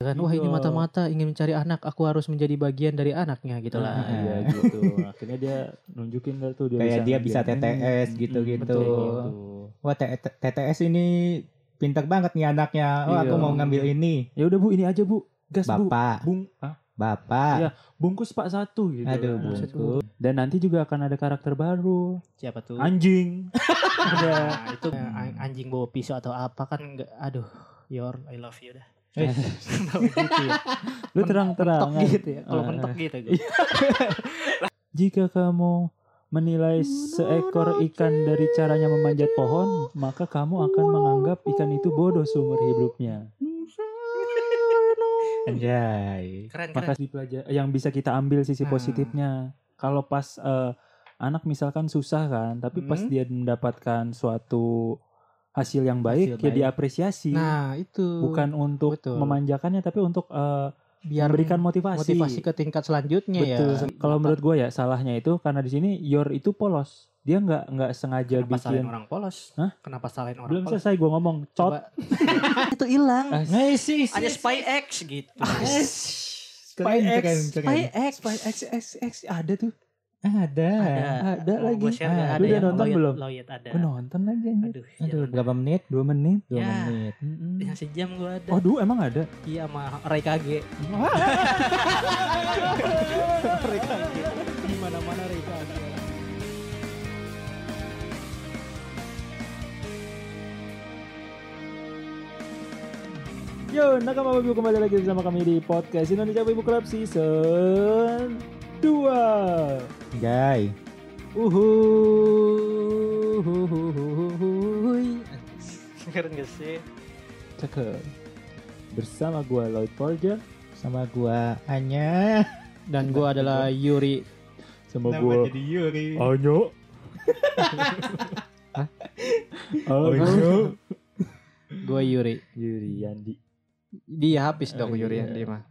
kan. Wah, ini mata-mata ingin mencari anak, aku harus menjadi bagian dari anaknya gitu lah. Iya gitu. Akhirnya dia nunjukin dah tuh Kayak dia bisa ngerjain TTS ini. gitu-gitu. Betul gitu. Wah, TTS ini pintar banget nih anaknya. Oh, aku Iya. mau ngambil ini. Ya udah Bu, ini aja Bu. Gas Bapak. Bu. Bapak. Iya, bungkus Pak 1 gitu. Aduh, kan. bungkus. Dan nanti juga akan ada karakter baru. Siapa tuh? Anjing. Ada. Nah, itu anjing bawa pisau atau apa kan enggak. Aduh, Yor, I love you dah. Gitu ya. Lu terang-terangan. Gitu ya. Kalau mentok gitu gue. Jika kamu menilai seekor ikan dari caranya memanjat pohon, maka kamu akan menganggap ikan itu bodoh seumur hidupnya. Anjay. Keren. Maka yang bisa kita ambil sisi Nah. positifnya. Kalau pas anak misalkan susah kan, tapi pas dia mendapatkan suatu hasil yang baik, Hasil ya baik. diapresiasi. Nah, itu. Bukan untuk Betul. memanjakannya, tapi untuk biar memberikan motivasi ke tingkat selanjutnya Betul. ya. Kalau menurut gue ya salahnya itu karena di sini Yor itu polos. Dia nggak sengaja Kenapa salahin bikin. orang polos? Hah? Kenapa salahin orang Belum polos? selesai gue ngomong. Cot. Coba. Itu hilang. Sih. Hanya Spy X gitu. Spy X. Spy X ada tuh. Ada Mau lagi. gua share nggak? Lu Ada udah yang nonton belum? Loyet ada. Gue nonton lagi anjir. Aduh. Aduh, jangan. berapa menit? 2 menit. 2 Ya. menit. Yang sejam gue ada. Waduh emang ada. Iya sama Rai Kage. Rai Kage. Di mana-mana Rai Kage. Yo, nakama babu kembali lagi bersama kami di podcast Indonesia Wibu Club Season 2. Jai. Keren gak sih? Cakep. Bersama gue Lloyd Porja. Sama gua Anya. Dan gue adalah Yuri. Sama gue Yuri. Anyo. Anyo. Gue Yuri. Yuri Yandi. Dia habis dong Yuri yang dia mah.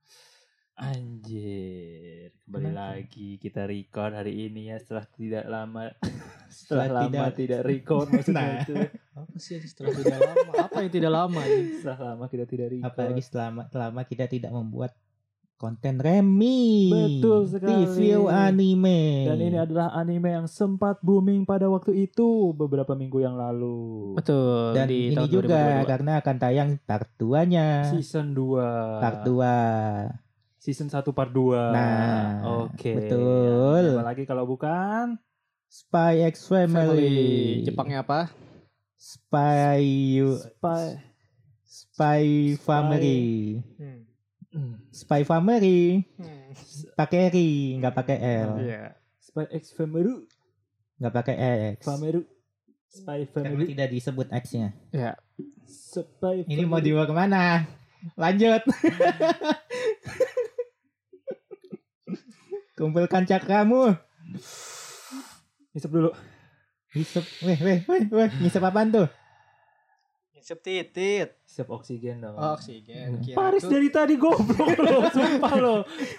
Anjir, kembali lagi kita record hari ini ya setelah tidak lama Setelah tidak record maksudnya Nah. itu. Apa sih setelah tidak lama? Apa yang tidak lama ini? Setelah lama kita tidak record. Apalagi selama kita tidak membuat konten Remi. Betul sekali. Review anime. Dan ini adalah anime yang sempat booming pada waktu itu beberapa minggu yang lalu. Betul. Dan di ini tahun juga 2022. karena akan tayang part 2-nya. Season 2. Part 2. Season 1 part 2. Nah, oke. betul. Apa lagi kalau bukan? Spy X Family. Jepangnya apa? Spy Family. Spy Family. Pakai ri, nggak pakai L. Iya. Spy X Family. Nggak pakai X. Family. Spy Karena Family. tidak disebut X-nya. Ya. Spy Ini Family. mau dibawa kemana? Lanjut. Kumpulkan cakramu. Hisap dulu. Hisap. Weh. Ngisap apaan tuh? Ngisep titit. Hisap oksigen dong. Oksigen. Paris dari tadi goblok lo, sumpah lo.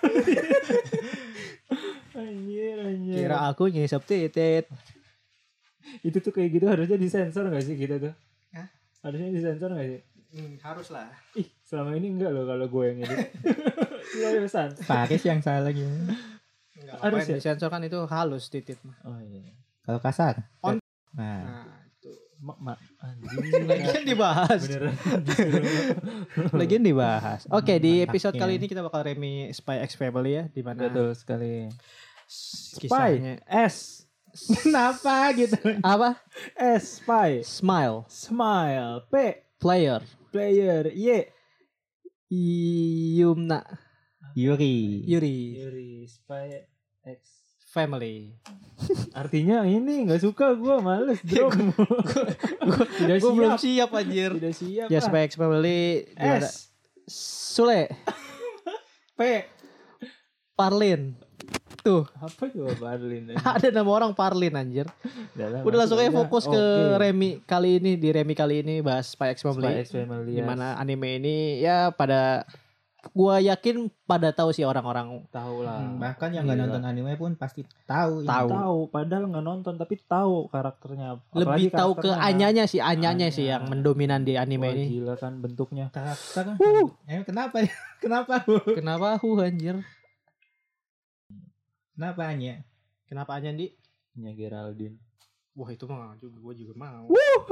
Anjir. Kira aku ngisep titit. Itu tuh kayak gitu harusnya disensor gak sih gitu tuh? Hah? Harusnya disensor gak sih? Harus lah. Ih, selama ini enggak loh kalau gue yang ini. Seriusan. Paris yang salah gitu. Harus Harus ya? disensor kan itu halus titit mah. Oh iya. Kalau kasar. On. Nah, Nah, itu. Anjing. Lagian dibahas. Beneran. Lagian dibahas. Oke, di Mantapnya. episode kali ini kita bakal remi Spy X Family ya, di mana Betul sekali. kisahnya S. kenapa gitu? apa? S. Spy. Smile, Smile. P. player, Player. Y. Yumna, Yuri. Yuri. Spy X. Family. Artinya ini nggak suka gue, males drop. Tidak Gue belum siap. siap anjir. Tidak siap. Ya Spy X Family gimana? S. Sule, P. Parlin. Tuh, Apa juga Barlin? ada nama orang Parlin anjir. Udah langsung aja fokus ke Remi kali ini. Di Remi kali ini bahas Spy X Family. Spy X Family. Dimana anime ini ya pada gua yakin pada tahu sih orang-orang. Tahu lah. Bahkan yang nggak Gila. nonton anime pun pasti tahu. ini. Tahu, padahal nggak nonton tapi tahu karakternya. Lebih Apalagi tahu ke karakternya. Anyanya sih, Anyanya sih Anya. yang mendominan di anime Wah, ini. gila kan bentuknya. Karakter. Kenapa? Kenapa? Kenapa anjir? Kenapa Anya? Kenapa Anya, Di? Nya Geraldine. Wah, itu mah juga gua juga mau.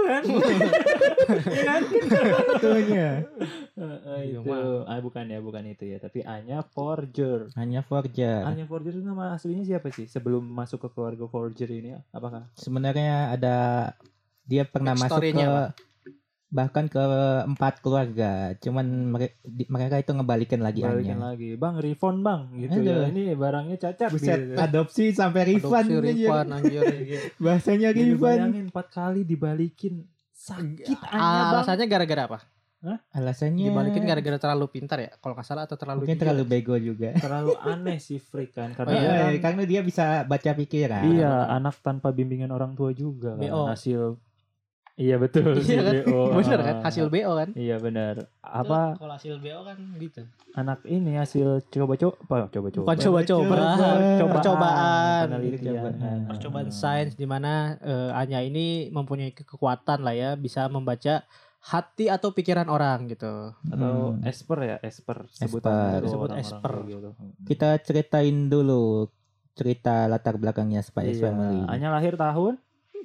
Betulnya. Itu bukan itu ya, tapi Anya Forger. Anya Forger. Anya Forger itu nama aslinya siapa sih? Sebelum masuk ke keluarga Forger ini, apakah? Sebenarnya ada dia pernah masuk Backstory-nya ke apa? bahkan ke 4 keluarga. Cuman mereka itu ngebalikin lagi Balikin Anya. lagi, Bang refund Bang gitu Aduh. ya. Ini barangnya cacat Buset, gitu. adopsi sampai refund. Adopsi refund anjir. Bahasanya Jadi refund. bayangin 4 kali dibalikin. Sakit Anya Bang. Alasannya gara-gara apa? Alasannya Dibalikin gara-gara terlalu pintar ya? Kalau nggak salah atau terlalu mungkin gila? terlalu bego juga. Terlalu aneh sih freak kan. Karena dia kan, Karena dia bisa baca pikiran. iya, anak tanpa bimbingan orang tua juga kan. BO. Hasil Iya betul Iya kan? BO. Bener kan? Hasil BO kan? Iya benar. Apa Kalau hasil BO kan gitu. anak ini hasil coba-coba. Bukan coba-coba. Percobaan. Penelitian. Percobaan sains di mana Anya ini mempunyai kekuatan lah ya, bisa membaca hati atau pikiran orang gitu. Atau esper ya, esper sebutan Esper. dari Disebut orang-orang esper. kayak gitu. Kita ceritain dulu cerita latar belakangnya Spy X Iya. Family. Anya lahir tahun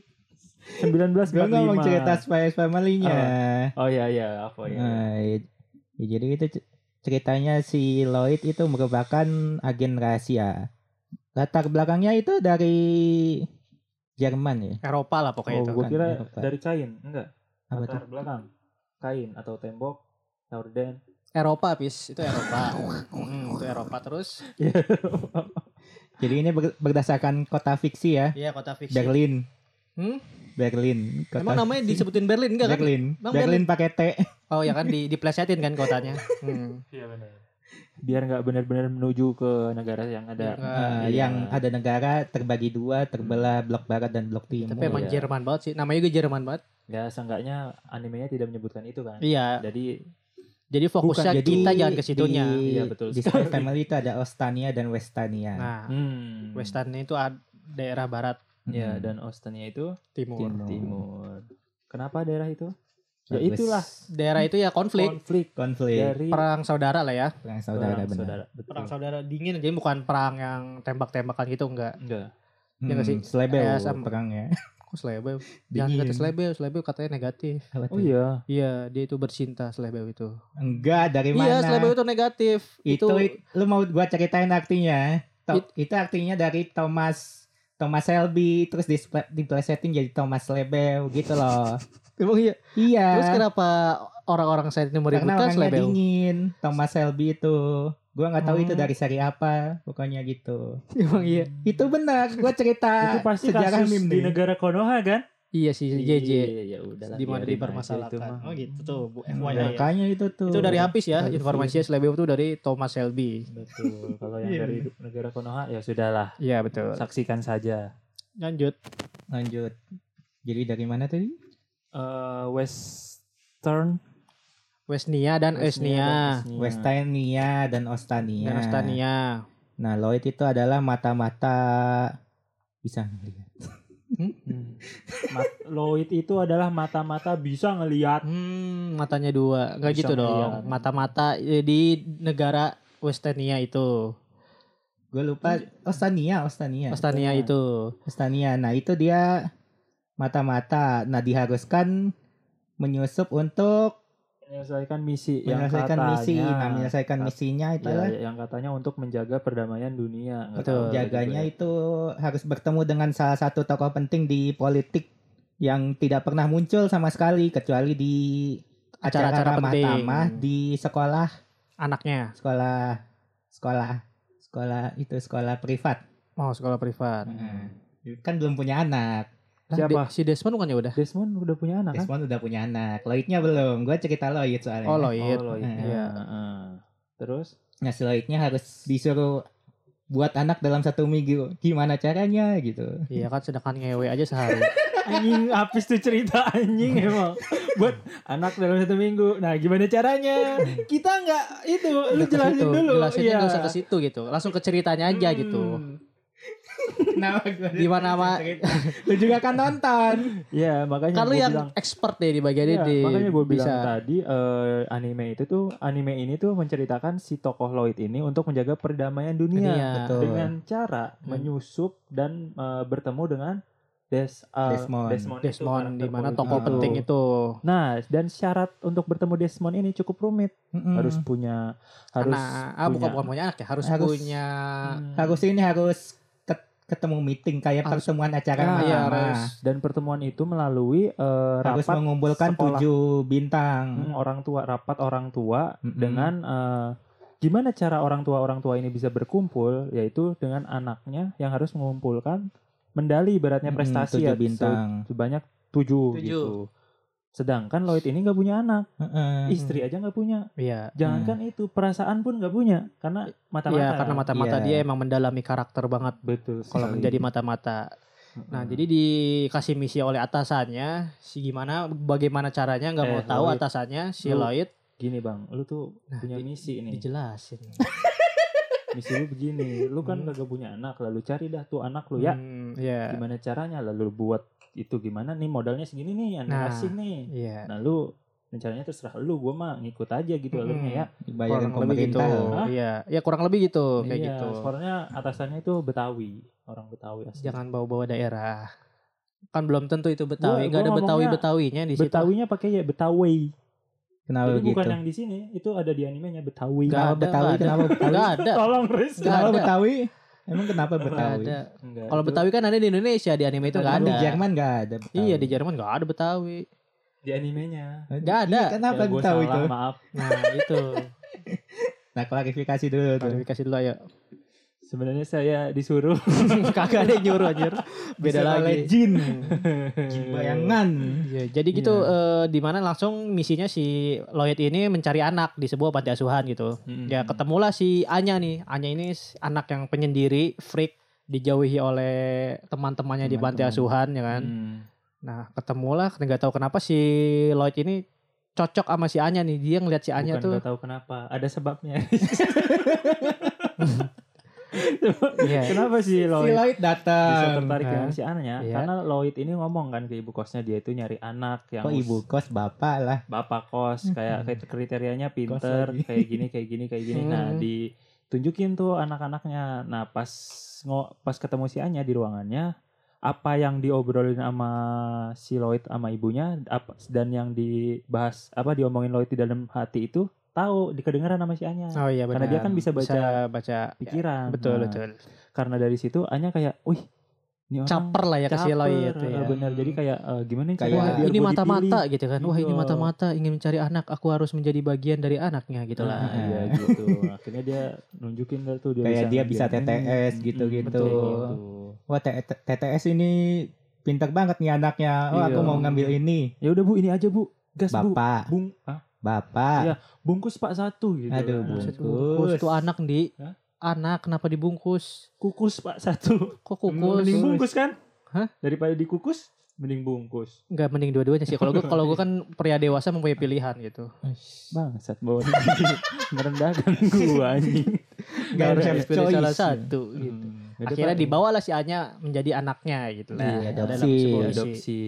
1945. Gue nggak mau cerita Spy X Family-nya. Oh iya apa ya. Nah, jadi itu ceritanya si Lloyd itu merupakan agen rahasia. Latar belakangnya itu dari Jerman ya. Eropa lah pokoknya Oh, itu. gue kan, kira Eropa. dari kain, enggak. Apa Latar belakang. Kain atau tembok, horden. Eropa pis, itu Eropa. Itu Eropa terus. Jadi ini berdasarkan kota fiksi ya. Iya, kota fiksi. Berlin. Hmm? Berlin. Emang namanya disebutin Berlin enggak kan? Berlin. Bang, Berlin pakai T. Oh ya kan diplesetin kan kotanya. Iya benar. Biar nggak benar-benar menuju ke negara yang ada. Biar Yang ada negara terbagi dua, terbelah blok barat dan blok timur. Tapi emang Iya. Jerman banget sih. Namanya juga Jerman banget. Ya seenggaknya animenya tidak menyebutkan itu kan. Iya. Jadi Fokusnya kita jangan ke situnya. Iya, betul Di sekali. Spy Family itu ada Ostania dan Westania. Nah, Western itu daerah barat Ya, dan Ostania itu timur. timur. Kenapa daerah itu? Ya Bagus. itulah Daerah itu ya konflik. Konflik. dari Perang saudara lah ya. Perang saudara perang benar. saudara. Betul. Perang saudara dingin jadi bukan perang yang tembak-tembakan gitu enggak. Enggak. Ya nggak sih? Slebeu Sama- perangnya. Kok Slebeu? Jangan Dingin. kata Slebeu katanya negatif. Apa Oh tuh? iya. Iya, dia itu bercinta Slebeu itu. Enggak, dari Iya, mana? Slebeu itu negatif. Itu lu mau gua ceritain artinya? Itu artinya dari Thomas Shelby terus diplesetin jadi Thomas Slebeu gitu loh. Emang iya. Iya. Terus kenapa orang-orang saat ini Karena meributkan orangnya Slebeu? dingin. Thomas Shelby itu. Gua nggak tahu Oh. itu dari seri apa, pokoknya gitu. Emang iya. Itu benar, gua cerita Itu pasti sejarah kasus meme di nih. negara Konoha kan? Iya sih JJ. Iya, ya udahlah. Di mana biarin aja itu dipermasalahkan. mah. Oh gitu tuh, Bu FYI ya. Makanya itu tuh. Itu dari Hafiz ya, Hafiz. informasinya Slebeu itu dari Thomas Shelby. Betul. Kalau yang Iya. dari negara Konoha ya sudahlah. Iya betul. Saksikan saja. Lanjut. Lanjut. Jadi dari mana tadi? Western Westnia dan Esnia Westania dan Ostania. dan Ostania. Nah, Lloyd itu adalah mata-mata bisa ngelihat. Lloyd itu adalah mata-mata bisa ngelihat. Matanya dua. Enggak Bisa gitu dong. ngeliat. Mata-mata di negara Westenia itu. Gue lupa Ostania. Ostania itu. Ostania. Nah, itu dia mata-mata. Nah, diharuskan menyusup untuk Menyelesaikan misi menyelesaikan yang misi. katanya, Nah, menyelesaikan misinya itu ya, yang katanya untuk menjaga perdamaian dunia. Nggak Betul. tahu jaganya gitu ya. itu harus bertemu dengan salah satu tokoh penting di politik yang tidak pernah muncul sama sekali kecuali di Acara-acara acara penting. ramah-tamah di sekolah Anaknya. sekolah privat. Oh, sekolah privat. Kan belum punya anak. Lah, Siapa? si Desmond bukannya udah? Desmond udah punya anak kan? Desmond udah punya anak. Lloydnya belum. Gue cerita Lloyd soalnya. Oh, Lloyd. Oh, Lloyd. Iya. Terus? Nah, si Lloydnya harus disuruh buat anak dalam 1 minggu. Gimana caranya gitu. Iya kan sedangkan ngewe aja sehari. Anjing habis tuh cerita anjing emang. Buat anak dalam 1 minggu. Nah gimana caranya? Kita nggak itu. Lu Nggak ke jelasin situ. dulu. Jelasinnya Iya. nggak usah ke situ gitu. Langsung ke ceritanya aja gitu. Kenapa gue Gimana, Mak? Lu juga kan nonton. Iya makanya Kan lu gue yang bilang. expert deh di bagian Iya, ini. makanya gue bilang Bisa. tadi anime ini tuh menceritakan si tokoh Lloyd ini untuk menjaga perdamaian dunia Dunia. Betul. dengan cara menyusup dan bertemu dengan Desmond. Desmond Desmond di mana politik tokoh penting itu. Nah, dan syarat untuk bertemu Desmond ini cukup rumit. harus punya Bukan punya anak ya, harus Harus- punya harus ketemu meeting kayak Harus- pertemuan acara Ah, pertama. iya, harus. dan pertemuan itu melalui Harus rapat mengumpulkan sekolah. 7 bintang. rapat orang tua Mm-mm. dengan gimana cara orang tua ini bisa berkumpul, yaitu dengan anaknya yang harus mengumpulkan medali, ibaratnya prestasi 7 ya, bintang. sebanyak 7 7. gitu. Sedangkan Lloyd ini nggak punya anak, Heeh. istri aja nggak punya. Iya. Jangankan itu, perasaan pun nggak punya karena mata-mata. Iya, karena mata-mata Iya. dia emang mendalami karakter banget Betul. kalau sekali. menjadi mata-mata. Nah, jadi dikasih misi oleh atasannya, bagaimana caranya nggak mau tahu Lloyd. atasannya si Lu- Lloyd Gini bang, lu tuh Nah, punya misi ini. dijelasin. Misi lu begini, lu kan kagak punya anak, lalu cari dah tuh anak lu ya. Iya. Gimana caranya? Lalu buat itu gimana nih, modalnya segini nih, yang Nah. dikasih nih. Iya. Nah lu rencananya terserah lu, gua mah ngikut aja gitu alurnya ya. Dibayarin Kurang lebih gitu. pemerintah. Hah? Iya, ya kurang lebih gitu kayak Iya, gitu. soalnya atasannya itu Betawi, orang Betawi asli. Jangan bawa-bawa daerah. Kan belum tentu itu Betawi, Gua nggak ada ngomongnya Betawi-Betawinya di situ. Betawinya pakai ya Betawi. Kenapa Jadi gitu? bukan yang di sini, itu ada di animenya Betawi. Nggak Kenapa ada, Betawi? nggak ada. Kenapa Betawi? Nggak ada. Tolong Riz. Nggak Kenapa ada. Betawi? Emang kenapa Nggak Betawi? ada. Enggak, Kalau itu Betawi kan ada di Indonesia, di anime itu nggak Emang ada. Di Jerman nggak ada. Betawi. Iya, di Jerman nggak ada Betawi. di animenya. Nggak ada. Iya, kenapa Ya, gua Betawi salah, itu? maaf. Nah, itu. Nah, klarifikasi dulu tuh. Klarifikasi dulu ayo. Sebenarnya saya disuruh Kagak ada yang nyuruh anjir. Beda Disuruh oleh lagi. Jin. Jin bayangan. Iya, jadi gitu di mana langsung misinya si Lloyd ini mencari anak di sebuah panti asuhan gitu. Ya ketemulah si Anya nih. Anya ini anak yang penyendiri, freak, dijauhi oleh teman-temannya di panti Teman-teman. asuhan ya kan. Nah, ketemulah nggak tahu kenapa si Lloyd ini cocok sama si Anya nih. Dia ngeliat si Anya Bukan tuh. nggak tahu kenapa, ada sebabnya. Iya. Kenapa sih Si Lloyd Lloyd bisa datang. tertarik Nah. dengan si Anya? Iya. Karena Lloyd ini ngomong kan ke ibu kosnya, dia itu nyari anak yang Kok ibu kos bapak lah. bapak kos, kayak kriterianya pinter, lagi. kayak gini. Nah, Hmm. ditunjukin tuh anak-anaknya. Nah, pas ketemu si Anya di ruangannya, apa yang diobrolin sama si Lloyd sama ibunya, dan yang dibahas diomongin Lloyd di dalam hati itu tahu, kedengeran sama si Anya. Oh iya benar. Karena dia kan bisa baca pikiran. Betul, Nah, betul. Karena dari situ Anya kayak, wih, ini orang Caper lah ya ke si caper, Lloyd itu ya. bener. Jadi kayak gimana nih Kayak, caranya Wah, biar ini gua mata-mata dipilih? gitu kan. Wah, ini Iya. mata-mata ingin mencari anak. Aku harus menjadi bagian dari anaknya gitu lah. Nah, iya gitu. Akhirnya dia nunjukin dah tuh Kayak dia bisa ngerjain TTS ini. gitu-gitu. Betul, gitu. Wah, TTS ini pintar banget nih anaknya. Oh, aku Iya. mau ngambil ini. Ya udah Bu, ini aja Bu. Gas Bu. Bapak. Bapak. Iya. Bungkus Pak 1 gitu. Aduh, Nah, Buset, bungkus. tuh anak di Hah? anak kenapa dibungkus? Kukus Pak 1. Kok kukus? Mending bungkus kan? Hah? Daripada dikukus, mending bungkus. Enggak mending dua-duanya sih. Kalau gua kan pria dewasa mempunyai pilihan gitu. Bangsat bawa merendahkan gua anjing. Nggak Harus have pilih choice. salah satu gitu. Yaudah, Akhirnya Pak. dibawalah si Anya menjadi anaknya gitu lah. Iya, Dalam adopsi. sebuah misi. Adopsi.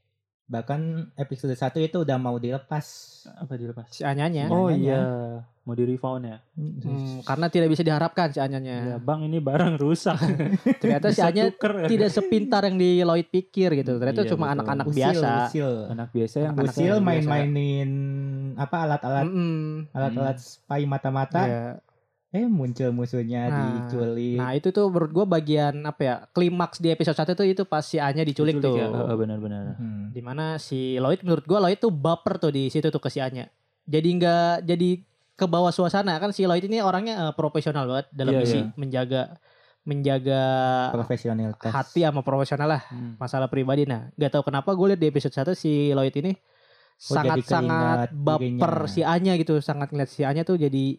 Bahkan episode 1 itu udah mau dilepas. Apa dilepas? Si Anyanya. Oh Anyanya. iya, mau di refound ya. Karena tidak bisa diharapkan si Ya, Anyanya. Bang, ini barang rusak. Ternyata si Bisa Anya tuker. tidak sepintar yang di Lloyd pikir gitu. Ternyata Iya, cuma betul. anak-anak Usil, biasa. Usil. Anak biasa yang Anak-anak Usil biasa. main-mainin alat-alat Mm-mm. spy mata-mata. Iya. Muncul musuhnya diculik. Nah itu tuh menurut gue bagian apa ya, klimaks di episode 1 tuh itu pas si Anya diculik tuh. Ya? Benar-benar. Dimana si Lloyd, menurut gue Lloyd tuh baper tuh di situ tuh ke si Anya. Jadi nggak jadi ke bawah suasana kan, si Lloyd ini orangnya profesional banget dalam Iya, misi iya. menjaga Profesionalitas. hati sama profesional lah, masalah pribadi. Nah gak tahu kenapa gue lihat di episode 1 si Lloyd ini jadi sangat-sangat keinget baper dirinya. si Anya gitu, sangat ngeliat si Anya tuh jadi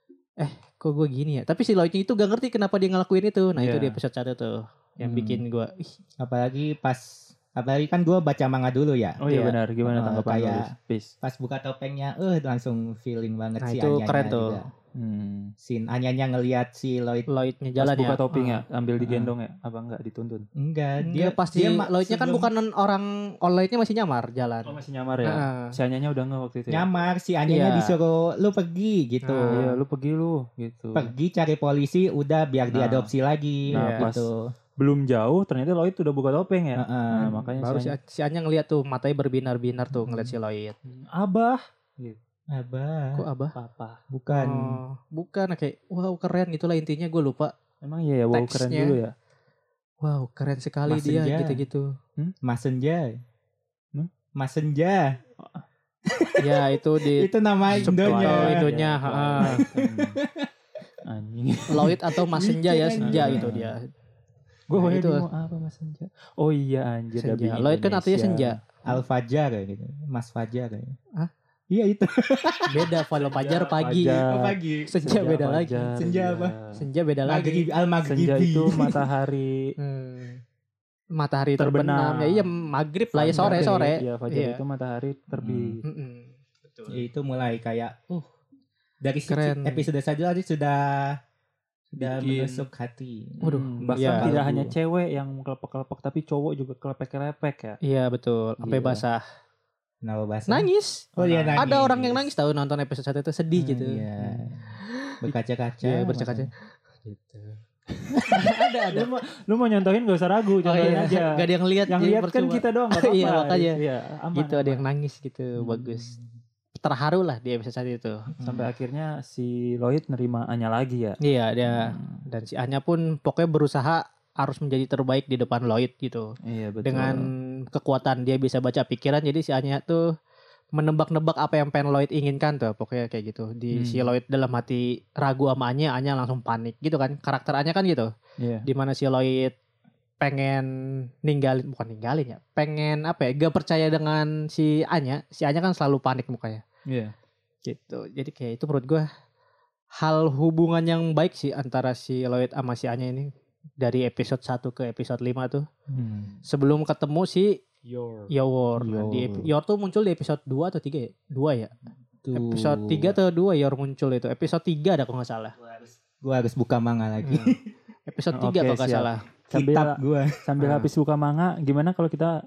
kok gue gini ya. Tapi si Lloyd itu gak ngerti kenapa dia ngelakuin itu. Nah itu Iya. di episode 1 tuh yang bikin gue Apalagi pas Apalagi kan gue baca manga dulu ya. Oh iya benar, gimana tanggapan lu? kayak Peace. pas buka topengnya, langsung feeling banget Nah, si itu Anyanya keren tuh. juga. Hmm. Scene Anyanya ngelihat si Lloyd. Lloydnya Pas jalan buka ya. topping ya, ambil digendong ya, apa enggak dituntun? Enggak, Dia pasti Lloydnya kan bukan orang, Lloydnya masih nyamar jalan. Oh masih nyamar ya? Heeh. Si Anyanya udah nggak waktu itu ya? nyamar, si Anyanya Iya. disuruh lu pergi gitu. Nah, Iya, lu pergi lu gitu. Pergi cari polisi udah biar Nah. diadopsi lagi Nah, pas gitu. belum jauh ternyata Lloyd udah buka topeng ya. Heeh. Nah, makanya baru si Anya ngeliat tuh matanya berbinar-binar tuh ngeliat si Lloyd. Abah Abah, Kok abah? papa. bukan. Oh, bukan kayak wow keren gitulah intinya gue lupa. Emang iya ya, wow keren Teksnya. dulu ya. Wow keren sekali Mas dia Senja. gitu-gitu. Mas Senja. Hmm? Mas Senja. Ya itu di Itu nama Indonya. Indonya, heeh. Anjing. Lloyd atau Mas Senja ya, Mikir Senja aja. gitu dia. Gue Nah, itu itu. apa Mas Senja? Oh iya anjir Senja. dubbing Lloyd kan artinya Indonesia. senja. Al Fajar gitu. Mas Fajar ya. Hah? Iya itu. Beda kalau Fajar pagi. Fajar. pagi. Senja beda lagi. Fajar, Senja iya. apa? Senja beda lagi. Maghrib, al Maghribi. Senja itu matahari Matahari Terbenam. terbenam. Ya iya maghrib lah ya Fajar. sore-sore. Iya, Fajar Iya. itu matahari terbit. Mm-mm. Betul. Ya, itu mulai kayak dari Keren. episode satu tadi sudah Bikin. menusuk hati. Waduh, bahkan iya. tidak hanya cewek yang kelepek-kelepek tapi cowok juga kelepek-kelepek ya. Iya betul. Sampai Gila. basah. Kenapa bahasa? Nangis. Oh iya nangis. Ada orang yang nangis tahu nonton episode 1 itu sedih gitu. Iya. Berkaca-kaca. Iya, berkaca-kaca. Gitu. ada. Lu mau nyontohin gak usah ragu, contohin aja. Gak ada yang lihat. Yang jadi lihat kan percuma. kita doang, gak apa-apa. Iya, makanya. Iya, aman, Gitu ada aman. yang nangis gitu. Bagus. Terharu lah di episode 1 itu. Sampai akhirnya si Lloyd nerima Anya lagi ya. Iya dia dan si Anya pun pokoknya berusaha harus menjadi terbaik di depan Lloyd gitu. Iya betul. Dengan kekuatan dia bisa baca pikiran jadi si Anya tuh menebak-nebak apa yang pengen Lloyd inginkan tuh pokoknya kayak gitu. Di si Lloyd dalam hati ragu sama Anya langsung panik gitu kan. Karakter Anya kan gitu. Iya. Dimana si Lloyd pengen bukan ninggalin ya. Pengen apa ya? Gak percaya dengan si Anya kan selalu panik mukanya. Iya. Gitu. Jadi kayak itu menurut gue hal hubungan yang baik sih antara si Lloyd sama si Anya ini dari episode 1 ke episode 5 tuh. Sebelum ketemu si Yor. Nah, Yor tuh muncul di episode 2 atau 3 ya? 2 ya? Tuh. Episode 3 atau 2 Yor muncul itu. Episode 3 ada kalau gak salah. Gua harus buka manga lagi. Episode 3 Oke, kalau gak siap. salah. Kitab gua. Sambil Nah. habis buka manga, gimana kalau kita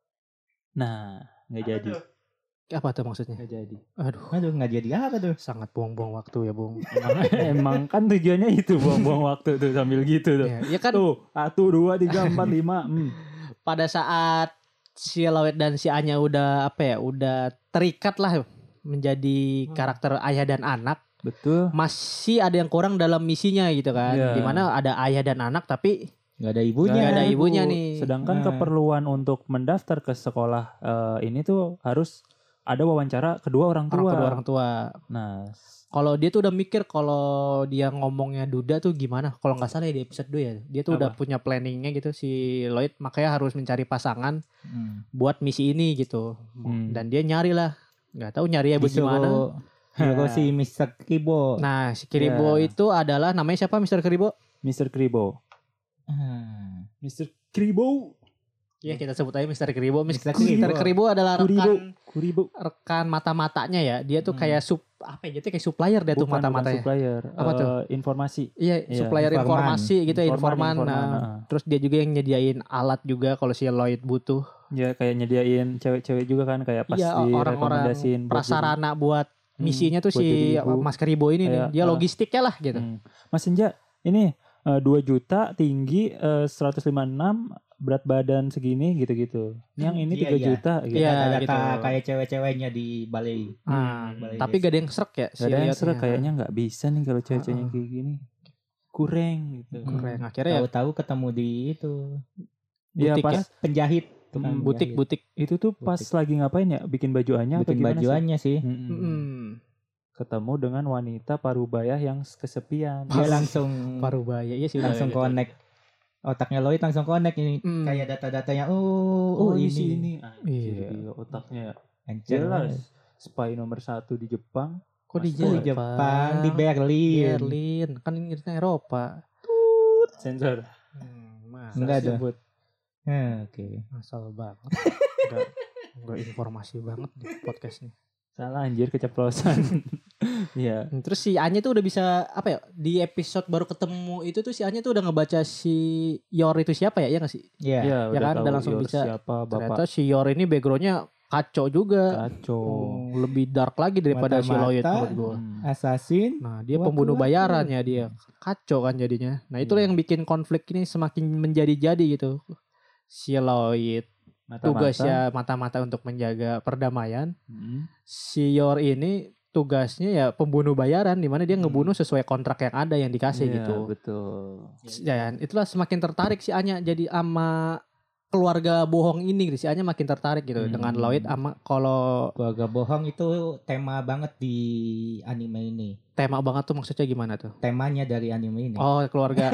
nggak jadi. Apa tuh maksudnya? Nggak jadi. Aduh nggak jadi apa tuh? Sangat buang-buang waktu ya Bung. Emang kan tujuannya itu buang-buang waktu tuh sambil gitu tuh. Ya kan Tuh, 1, 2, 3, 4, 5. pada saat si Lloyd dan si Anya udah udah terikat lah menjadi karakter ayah dan anak. Betul. Masih ada yang kurang dalam misinya gitu kan. Iya. Dimana ada ayah dan anak tapi Nggak ada ibunya. Nggak ada Ibu. ibunya nih. Sedangkan Nah. keperluan untuk mendaftar ke sekolah ini tuh harus ada wawancara kedua orang tua. orang tua. Nah, Kalau dia tuh udah mikir kalau dia ngomongnya duda tuh gimana? Kalau nggak salah ya di episode 2 ya. Dia tuh Apa? udah punya planningnya gitu si Lloyd makanya harus mencari pasangan buat misi ini gitu. Dan dia nyari lah. Nggak tahu nyari ya gimana. Disuruh si Mr. Kibo. Nah, si Kiribo Ya. itu adalah namanya siapa Mr. Kiribo? Mr. Kribo. Mr. Kribo. Iya, kita sebut aja Mr. Kiribo. Mr. Mr. Kiribo adalah Kuribo. rekan mata-matanya ya. Dia tuh kayak jadi kayak supplier dia tuh Bukan mata-matanya. supplier. Apa tuh? Informasi. Iya, Iya, supplier informan. informasi gitu ya, informan. Nah, terus dia juga yang nyediain alat juga kalau si Lloyd butuh. Ya kayak nyediain cewek-cewek juga kan kayak pas Iya, orang-orang direkomendasiin buat prasarana buat misinya tuh buat si jadi ibu. Mas Keribo ini nih. Kayak, Dia logistiknya lah gitu. Mas Senja, ini 2 juta, tinggi 156, berat badan segini gitu-gitu. Yang ini 3 Iya. juta gitu. Iya, Data gitu. kayak cewek-ceweknya di balai. Balai Tapi desa. gak ada yang serak ya Gak ada yang serak, Lloydnya. kayaknya nggak bisa nih kalau cewek-ceweknya kayak gini. Kurang gitu. Keren. Akhirnya ya Tahu-tahu ketemu di itu Iya butik pas ya? penjahit. Tukang penjahit. butik-butik. itu tuh pas Butik. lagi ngapain ya? Bikin baju Anya apa Bikin gimana bajuannya sih. sih? Mm-mm. Mm-mm. Ketemu dengan wanita parubayah yang kesepian. Dia langsung Parubaya iya sih udah langsung gitu. connect. Otaknya Lloyd langsung connect ini kayak data-datanya. Oh, ini. Anjir, Iya. gila otaknya. Hancur Jelas. banget. Spy nomor 1 di Jepang. Kok di Oh, di Jepang, di Berlin. Berlin. Kan ini Eropa. Sensor. Masa Enggak ada. Sebut. Oke. Asal banget. Enggak informasi banget nih podcast nih. Salah anjir, keceplosan. Iya. Terus si Anya tuh udah bisa apa ya? Di episode baru ketemu itu tuh si Anya tuh udah ngebaca si Yor itu siapa ya? Iya gak sih? Iya. Iya, Ya kan, tahu udah langsung Yor bisa. siapa Ternyata bapak si Yor ini backgroundnya kacau juga. kacau. Lebih dark lagi daripada si Mata-mata. Lloyd menurut gue. Assassin. Nah dia Wah, pembunuh keluar bayarannya dia. Kacau kan jadinya. Nah itulah yang bikin konflik ini semakin menjadi-jadi gitu. Si Lloyd tugasnya mata-mata untuk menjaga perdamaian. Si Yor ini tugasnya ya pembunuh bayaran, di mana dia ngebunuh sesuai kontrak yang ada yang dikasih Iya, gitu. betul. Dan itulah semakin tertarik si Anya jadi ama keluarga bohong ini gitu. Si Anya makin tertarik gitu dengan Lloyd ama kalau Keluarga bohong itu tema banget di anime ini. tema banget tuh maksudnya gimana tuh? Temanya dari anime ini. Oh, keluarga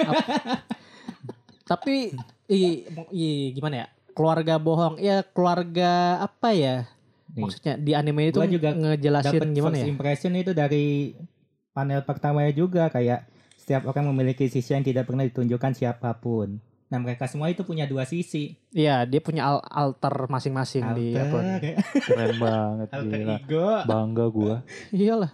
tapi gimana ya? Keluarga bohong ya keluarga apa ya? Nih, Maksudnya di anime itu gua juga ngejelasin dapat gimana first ya? impression itu dari panel pertamanya juga, kayak setiap orang memiliki sisi yang tidak pernah ditunjukkan siapapun. Nah mereka semua itu punya dua sisi. Iya, dia punya alter masing-masing di apa? Keren banget, Alter gila. ego. Bangga gua. Iyalah.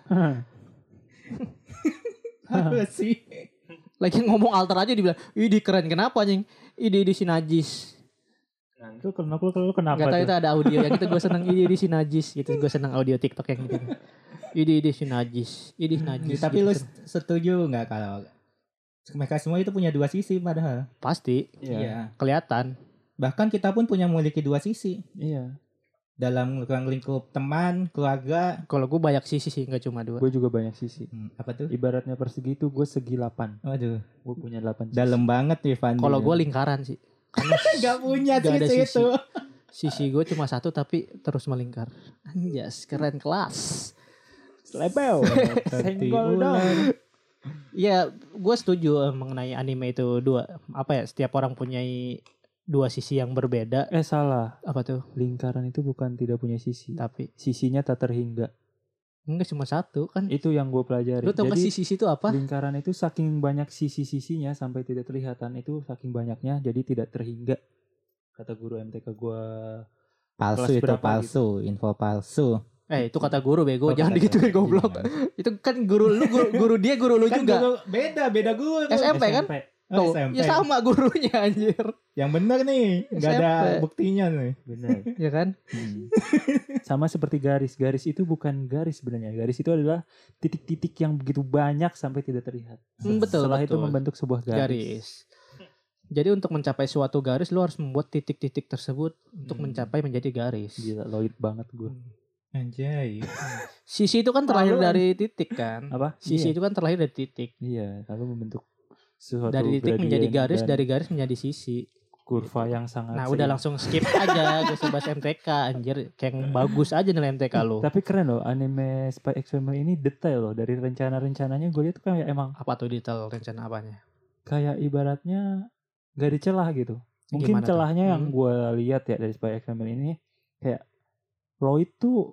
Apa sih? Lagi ngomong alter aja dibilang, "Ih, keren kenapa anjing? Ide si najis." Itu kenapa Gak tahu itu ada audio yang itu gue seneng ide si najis gitu. Gue seneng audio TikTok yang gitu. Ide si najis. Ide si najis. Tapi gitu. lu setuju nggak kalau mereka semua itu punya dua sisi padahal? Pasti Iya. kelihatan. Bahkan kita pun punya memiliki dua sisi. Iya. Dalam ruang lingkup teman, keluarga. Kalau gue banyak sisi sih, nggak cuma 2. Gue juga banyak sisi. Apa tuh? Ibaratnya persegi itu gue segi 8. Waduh, Gue punya 8 sisi. dalam banget nih Van. Kalau gue lingkaran sih. Karena Gak punya Gak ada sisi sisi. itu. sisi gue cuma 1 tapi terus melingkar. Anjas, keren kelas. Lebel. Senggol dong. Ya, gue setuju mengenai anime itu 2. Apa ya? Setiap orang punya 2 sisi yang berbeda. Salah. Apa tuh? Lingkaran itu bukan tidak punya sisi. Tapi Sisinya tak terhingga. enggak cuma 1 kan. Itu yang gue pelajari. Lu tau gak Jadi sisi itu apa? lingkaran itu saking banyak sisi-sisinya sampai tidak terlihatan, itu saking banyaknya jadi tidak terhingga. Kata guru MTK gue. Palsu Kelas itu berapa palsu, info palsu. Itu kata guru bego, Oh, jangan kata digituin guru. goblok. Itu kan guru lu guru dia guru lu Kan juga. guru, beda guru. SMP kan? Oh, Tuh, SMP. ya sama gurunya anjir. Yang bener nih, nggak ada SMP. buktinya nih. Benar. Ya kan? Sama seperti garis. Garis itu bukan garis sebenarnya. Garis itu adalah titik-titik yang begitu banyak sampai tidak terlihat. Betul, Setelah itu betul. membentuk sebuah garis. Garis. Jadi untuk mencapai suatu garis lu harus membuat titik-titik tersebut untuk mencapai menjadi garis. Gila, Lloyd banget gue. Anjay. Sisi itu kan terlahir Malu. dari titik kan? Apa? Sisi Iya. itu kan terlahir dari titik. Iya, lalu membentuk suatu Dari titik menjadi gradient garis, dan dari garis menjadi sisi. kurva yang sangat Nah, udah langsung skip aja gue bahas MTK anjir. Kayak yang bagus aja nilai MTK lu. Tapi keren loh, anime Spy X Family ini detail loh. Dari rencana-rencananya gue lihat tuh kayak emang Apa tuh detail rencana apanya? kayak ibaratnya gak dicelah gitu. Mungkin Gimana tuh? celahnya yang gue lihat ya dari Spy X Family ini kayak Lloyd tuh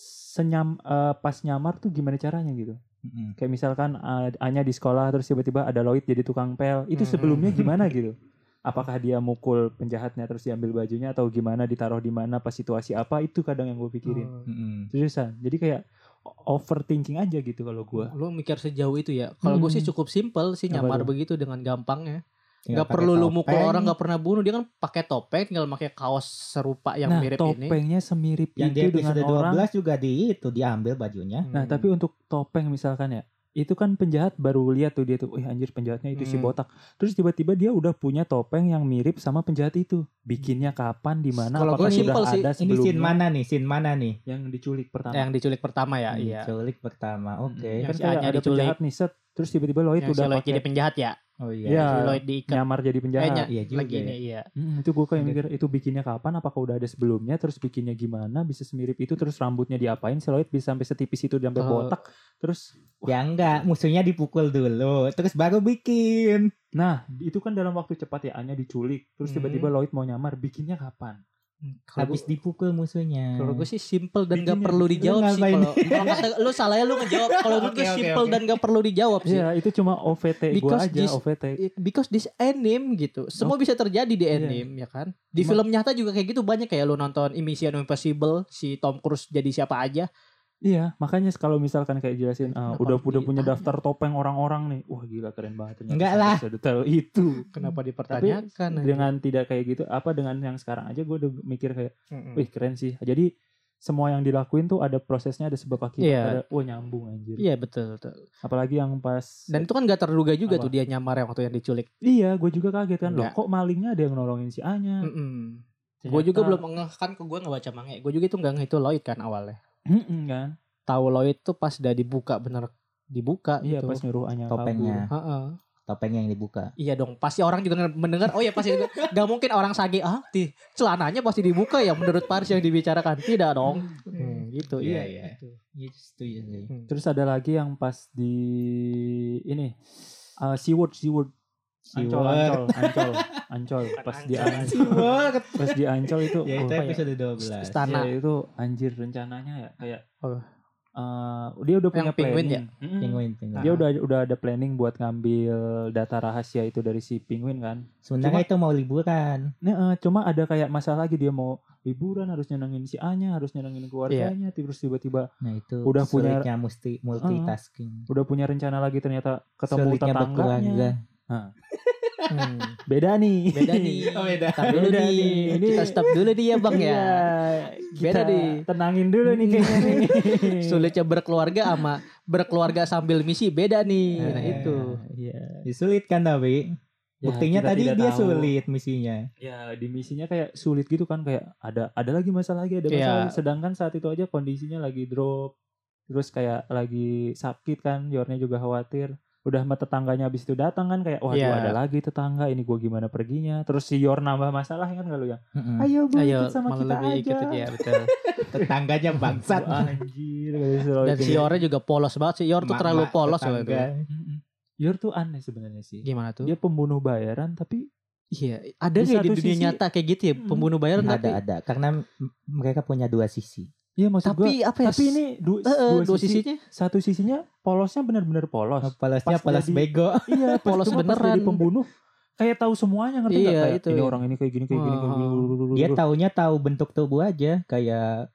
pas nyamar tuh gimana caranya gitu. Kayak misalkan Anya di sekolah terus tiba-tiba ada Lloyd jadi tukang pel. Itu sebelumnya gimana gitu? Apakah dia mukul penjahatnya terus diambil bajunya atau gimana, ditaruh di mana pas situasi apa, itu kadang yang gue pikirin. Seriusan. Jadi kayak overthinking aja gitu kalau gue. Lu mikir sejauh itu ya. Kalau gue sih cukup simpel sih Apa nyamar tuh? begitu dengan gampangnya. Tinggal Gak pakai perlu lu mukul topeng. orang, gak pernah bunuh. Dia kan pakai topeng, tinggal pakai kaos serupa yang Nah, mirip ini. topengnya semirip Yang di itu dengan episode 12 orang. juga diambil bajunya. Nah, tapi untuk topeng misalkan ya, itu kan penjahat baru lihat tuh dia tuh, anjir penjahatnya itu si botak. Terus tiba-tiba dia udah punya topeng yang mirip sama penjahat itu. Bikinnya kapan, di mana, Kalau apakah gua simpel sudah sih. ada Ini sebelumnya? scene mana nih? Yang diculik pertama. Yang diculik pertama ya, iya. Culik pertama. Oke. Yang Kan si kayak Anya ada diculik. penjahat nih set, terus tiba-tiba Lloyd Yang si udah Lloyd jadi pakai penjahat ya. Oh Iya. iya. Si Lloyd diikat. nyamar jadi penjahat. Iya juga lagi ini ya. iya. Itu gue kayak mikir itu bikinnya kapan, apakah udah ada sebelumnya, terus bikinnya gimana, bisa semirip itu, terus rambutnya diapain, si Lloyd bisa sampai setipis itu sampai botak, terus Ya enggak, musuhnya dipukul dulu, terus baru bikin. nah itu kan dalam waktu cepat ya, Anya diculik, terus tiba-tiba Lloyd mau nyamar, bikinnya kapan? Habis dipukul musuhnya. Kalau gue sih simple dan gak Bikinnya, perlu lu dijawab sih. ngapain? Kalau kata lu salah ya lu ngejawab. Kalau gue Oke, simple oke. dan gak perlu dijawab sih. Iya, itu cuma OVT gua Because aja, this- OVT. Because this anime gitu. Semua bisa terjadi di anime ya kan. Di film nyata juga kayak gitu banyak, kayak lu nonton Mission Impossible si Tom Cruise jadi siapa aja. Iya, makanya kalau misalkan kayak jelasin Kenapa udah harus punya ditanya? daftar topeng orang-orang nih. Wah, gila keren banget ternyata. Enggak lah. Bisa detail itu. Kenapa Tapi dipertanyakan? dengan tidak kayak gitu, dengan yang sekarang aja gue udah mikir kayak, wih keren sih. Jadi semua yang dilakuin tuh ada prosesnya, ada sebab akibat. Iya. Ada, nyambung anjir. Iya betul. Apalagi yang pas. Dan itu kan gak terduga juga Apa? tuh dia nyamar yang waktu yang diculik. Iya, gue juga kaget kan. Loh Enggak. kok malingnya ada yang nolongin si Anya. Gue juga belum ngeh kan, gue ngebaca manga. Gue juga itu nggak ngeh itu Lloyd kan awalnya. Kan. Tahu Lloyd tuh pas udah dibuka, bener dibuka Iya, gitu. pas nyuruh Anya Topengnya. kabur. Heeh. Topengnya yang dibuka. Iya dong, pasti orang juga mendengar. Oh ya pasti gak mungkin orang sage celananya pasti dibuka ya menurut Paris yang dibicarakan. Tidak dong. Gitu. Iya, Iya. iya. Iya, setuju sih. Terus ada lagi yang pas di ini Seaward Ancol pas di pas di Ancol itu Ya itu ya? episode 12. Istana. ya itu anjir rencananya ya kayak Oh. dia udah punya Yang penguin planning. Penguin. Dia udah ada planning buat ngambil data rahasia itu dari si penguin kan. Sebenarnya itu mau liburan. Nah, cuma ada kayak masalah lagi, dia mau liburan harus nyenengin si Anya, harus nyenengin keluarganya, terus tiba-tiba Nah itu Udah punya- sulitnya mesti multitasking. udah punya rencana lagi ternyata ketemu Sulitnya tetangganya. berkeluarga. Beda nih. Beda nih. Oh, beda. Stop dulu Beda nih. nih. Ini- Kita stop dulu nih ya bang ya. Iya, Beda kita nih. Tenangin dulu nih kayaknya nih. Sulitnya berkeluarga sama berkeluarga sambil misi beda nih. Nah itu. Iya. Ya, sulit kan tapi. Ya, Buktinya kita tadi tidak dia tahu. sulit misinya. Ya di misinya kayak sulit gitu kan, kayak ada lagi masalah lagi, ada Iya. masalah lagi. Sedangkan saat itu aja kondisinya lagi drop. Terus kayak lagi sakit kan, Yornya juga khawatir. Udah sama tetangganya habis itu datang kan kayak waduh Iya. ada lagi tetangga, ini gua gimana perginya. Terus si Yor nambah masalah kan kalau ya. Mm-mm. Ayo Bu Ayo ikut sama malah kita lebih aja. ikut ya betul. Tetangganya bangsat. Anjir. kayak selalu Dan itu. si Yornya juga polos banget sih. Yor tuh terlalu Mak-mak polos loh itu. tetangga. Mm-mm. Yor tuh aneh sebenarnya sih. Gimana tuh? Dia pembunuh bayaran tapi Iya, ada Di nggak di satu dunia sisi- nyata kayak gitu ya, pembunuh bayaran tapi Ada karena mereka punya dua sisi. iya maksud gua. tapi apa ya? Tapi ini dua sisinya satu sisinya polosnya benar-benar polos. Polosnya Pas polos jadi- bego. Iya, Polos cuma pas beneran. jadi pembunuh kayak tahu semuanya, ngerti nggak? Iya, Kayak itu. ini orang ini kayak gini kayak gini kayak gini. Dia taunya tahu bentuk tubuh aja, kayak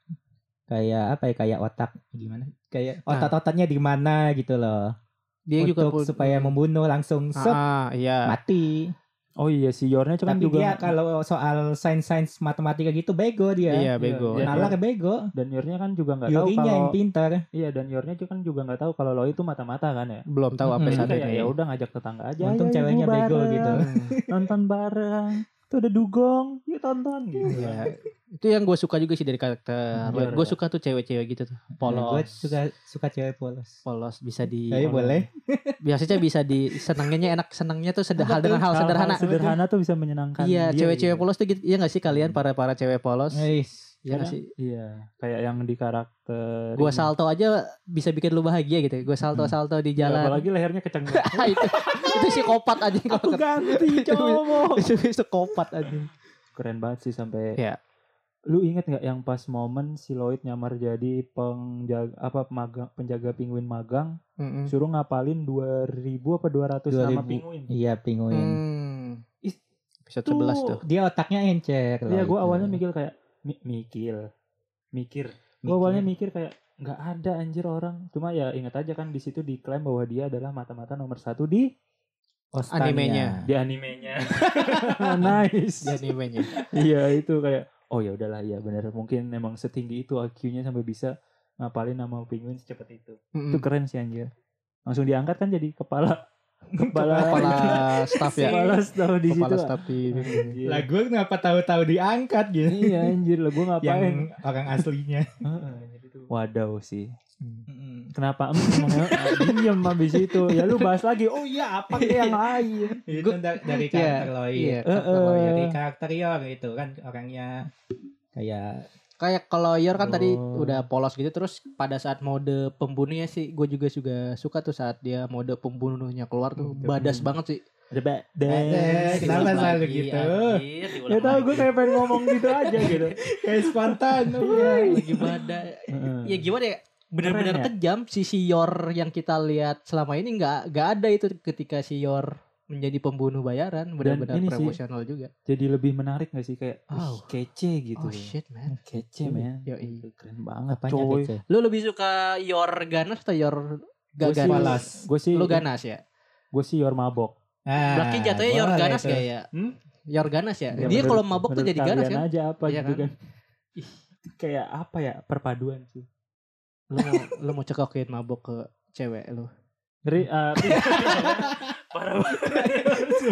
apa ya, kayak otak gimana? Kayak Nah. otot-ototnya di mana gitu loh. dia juga Untuk supaya membunuh langsung iya. mati. Oh iya, si Yornya kan Tapi juga dia kalau soal sains matematika gitu bego dia. Iya, bego. Iya, Nalar bego. dan Yornya kan juga nggak tahu Yurinya yang kalau pintar. iya, dan Yornya juga kan juga nggak tahu kalau lo itu mata-mata kan ya. Belum tahu apa Mm-mm. Jadi sana kayak itu. ya udah ngajak tetangga aja. Untung "Ayo, ceweknya ibu bego bareng, gitu. Nonton bareng. Tuh ada dugong, yuk tonton gitu. Iya. Itu yang gue suka juga sih dari karakter. Iya, Gue iya. suka tuh cewek-cewek gitu tuh. Gue Polos. juga suka cewek polos. Polos bisa di Tapi boleh. biasanya bisa di senangnya enak, senangnya tuh dengan hal sederhana. Sederhana tuh bisa menyenangkan. Iya, dia cewek-cewek gitu. polos tuh gitu. Iya gak sih kalian para cewek polos? Guys, Iya gak Kadang- sih? Iya, kayak yang di karakter Gua ini. salto aja bisa bikin lu bahagia gitu. Gue salto-salto di Ya, jalan. apalagi lehernya keceng. itu psikopat aja Aku ganti cowok. itu psikopat aja. Keren banget sih sampai. Iya. Lu inget nggak yang pas momen si Lloyd nyamar jadi penjaga penguin magang, suruh ngapalin 2000 apa 200 nama 2000. penguin. Iya penguin. Episode 11 tuh. Dia otaknya encer. Iya, gue itu. awalnya mikir kayak mikir. Gue awalnya mikir kayak nggak ada anjir orang. Cuma ya ingat aja kan di situ diklaim bahwa dia adalah mata-mata nomor 1 di Ostanya. animenya. animenya. Nice. Di animenya. Iya itu kayak oh ya udahlah ya benar, mungkin memang setinggi itu IQ-nya sampai bisa ngapalin nama penguin secepat itu. Itu keren sih anjir. Langsung diangkat kan jadi kepala Staff ya. kepala staff di situ. Kepala staff di Anjir. Lah gue kenapa tahu-tahu diangkat gitu? Iya anjir lah, gue ngapain? Yang orang aslinya. Wadaw sih. Kenapa emangnya diam habis itu? Ya lu bahas lagi. Oh iya, apa yang lain? Itu dari karakter Lloyd. iya, Dari karakter Yor itu kan orangnya kayak kalau Yor kan tadi Oh. udah polos gitu, terus pada saat mode pembunuhnya sih gue juga suka tuh saat dia mode pembunuhnya keluar tuh badas banget sih. Kenapa selalu gitu? Ya tahu gue kayak pengen ngomong gitu aja gitu. Kayak spontan. Lagi badai. Ya gimana ya? Benar-benar Keren ya? kejam si Yor yang kita lihat selama ini nggak ada itu ketika si Yor menjadi pembunuh bayaran, benar-benar ini sih, profesional juga. Jadi lebih menarik gak sih kayak Oh. kece gitu. Oh shit man. Kece men. Yoi. Keren banget Apanya coy. kece? Lu lebih suka Yor ganas atau Yor gak Gua sih- ganas? Gue sih Lu ganas ya? Gue sih Yor mabok. Berarti jatuhnya Yor boleh ganas tuh. gak ya? Yor ganas ya? Ya, Dia menurut- kalau mabok tuh menurut jadi ganas kalian kan? aja apa Iya gitu kan? kan. Ih, itu kayak apa ya? Perpaduan sih. Lu mau cekokin mabok ke cewek lu. Ngeri parah banget.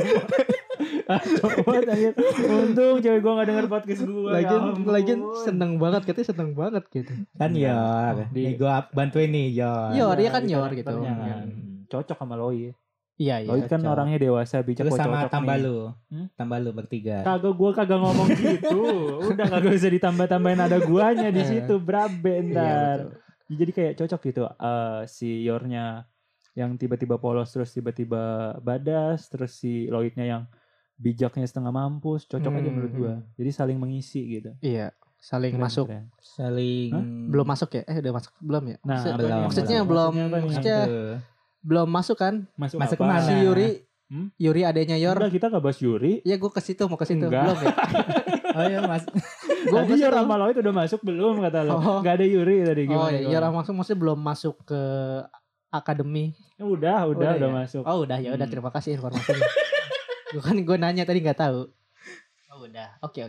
Coba tanya. Untung cewek gue gak denger podcast gue. Lagian seneng banget, katanya seneng banget gitu. Kan Yor. Nih gue bantuin nih Yor. Yor, dia kan Yor gitu. Kan. Cocok sama Loid. Iya, Loid kan cocok. orangnya dewasa, bijak. Terus kok sama cocok tambah nih. lu. Tambah lu bertiga. Kagak ngomong gitu. Udah kagak usah ditambah-tambahin ada guanya di situ, brabe ntar. Iya, Jadi kayak cocok gitu si Yornya yang tiba-tiba polos terus tiba-tiba badas, terus si Lloydnya yang bijaknya setengah mampus, cocok aja menurut gua. Jadi saling mengisi gitu. Iya, saling Keren, masuk. keren. Saling. Belum masuk ya? Udah masuk belum ya? Nah, Maksud- apa nih? maksudnya Maksudnya belum, apa nih? maksudnya belum masuk kan? Masuk Masuk apa? kemana? Si Yuri, Yuri adanya Yor. Udah kita gak bahas Yuri. Iya, gue ke situ, mau ke situ. Enggak. Belum ya? Oh iya mas. Gua Tadi ke Yor situ. sama Lloyd udah masuk belum kata lo? Oh. Gak ada Yuri tadi Oh gimana? iya, Yor langsung maksudnya belum masuk ke akademi. Udah ya? masuk. Oh udah, ya udah, terima kasih informasinya. Gue nanya tadi nggak tahu. Oh udah, oke.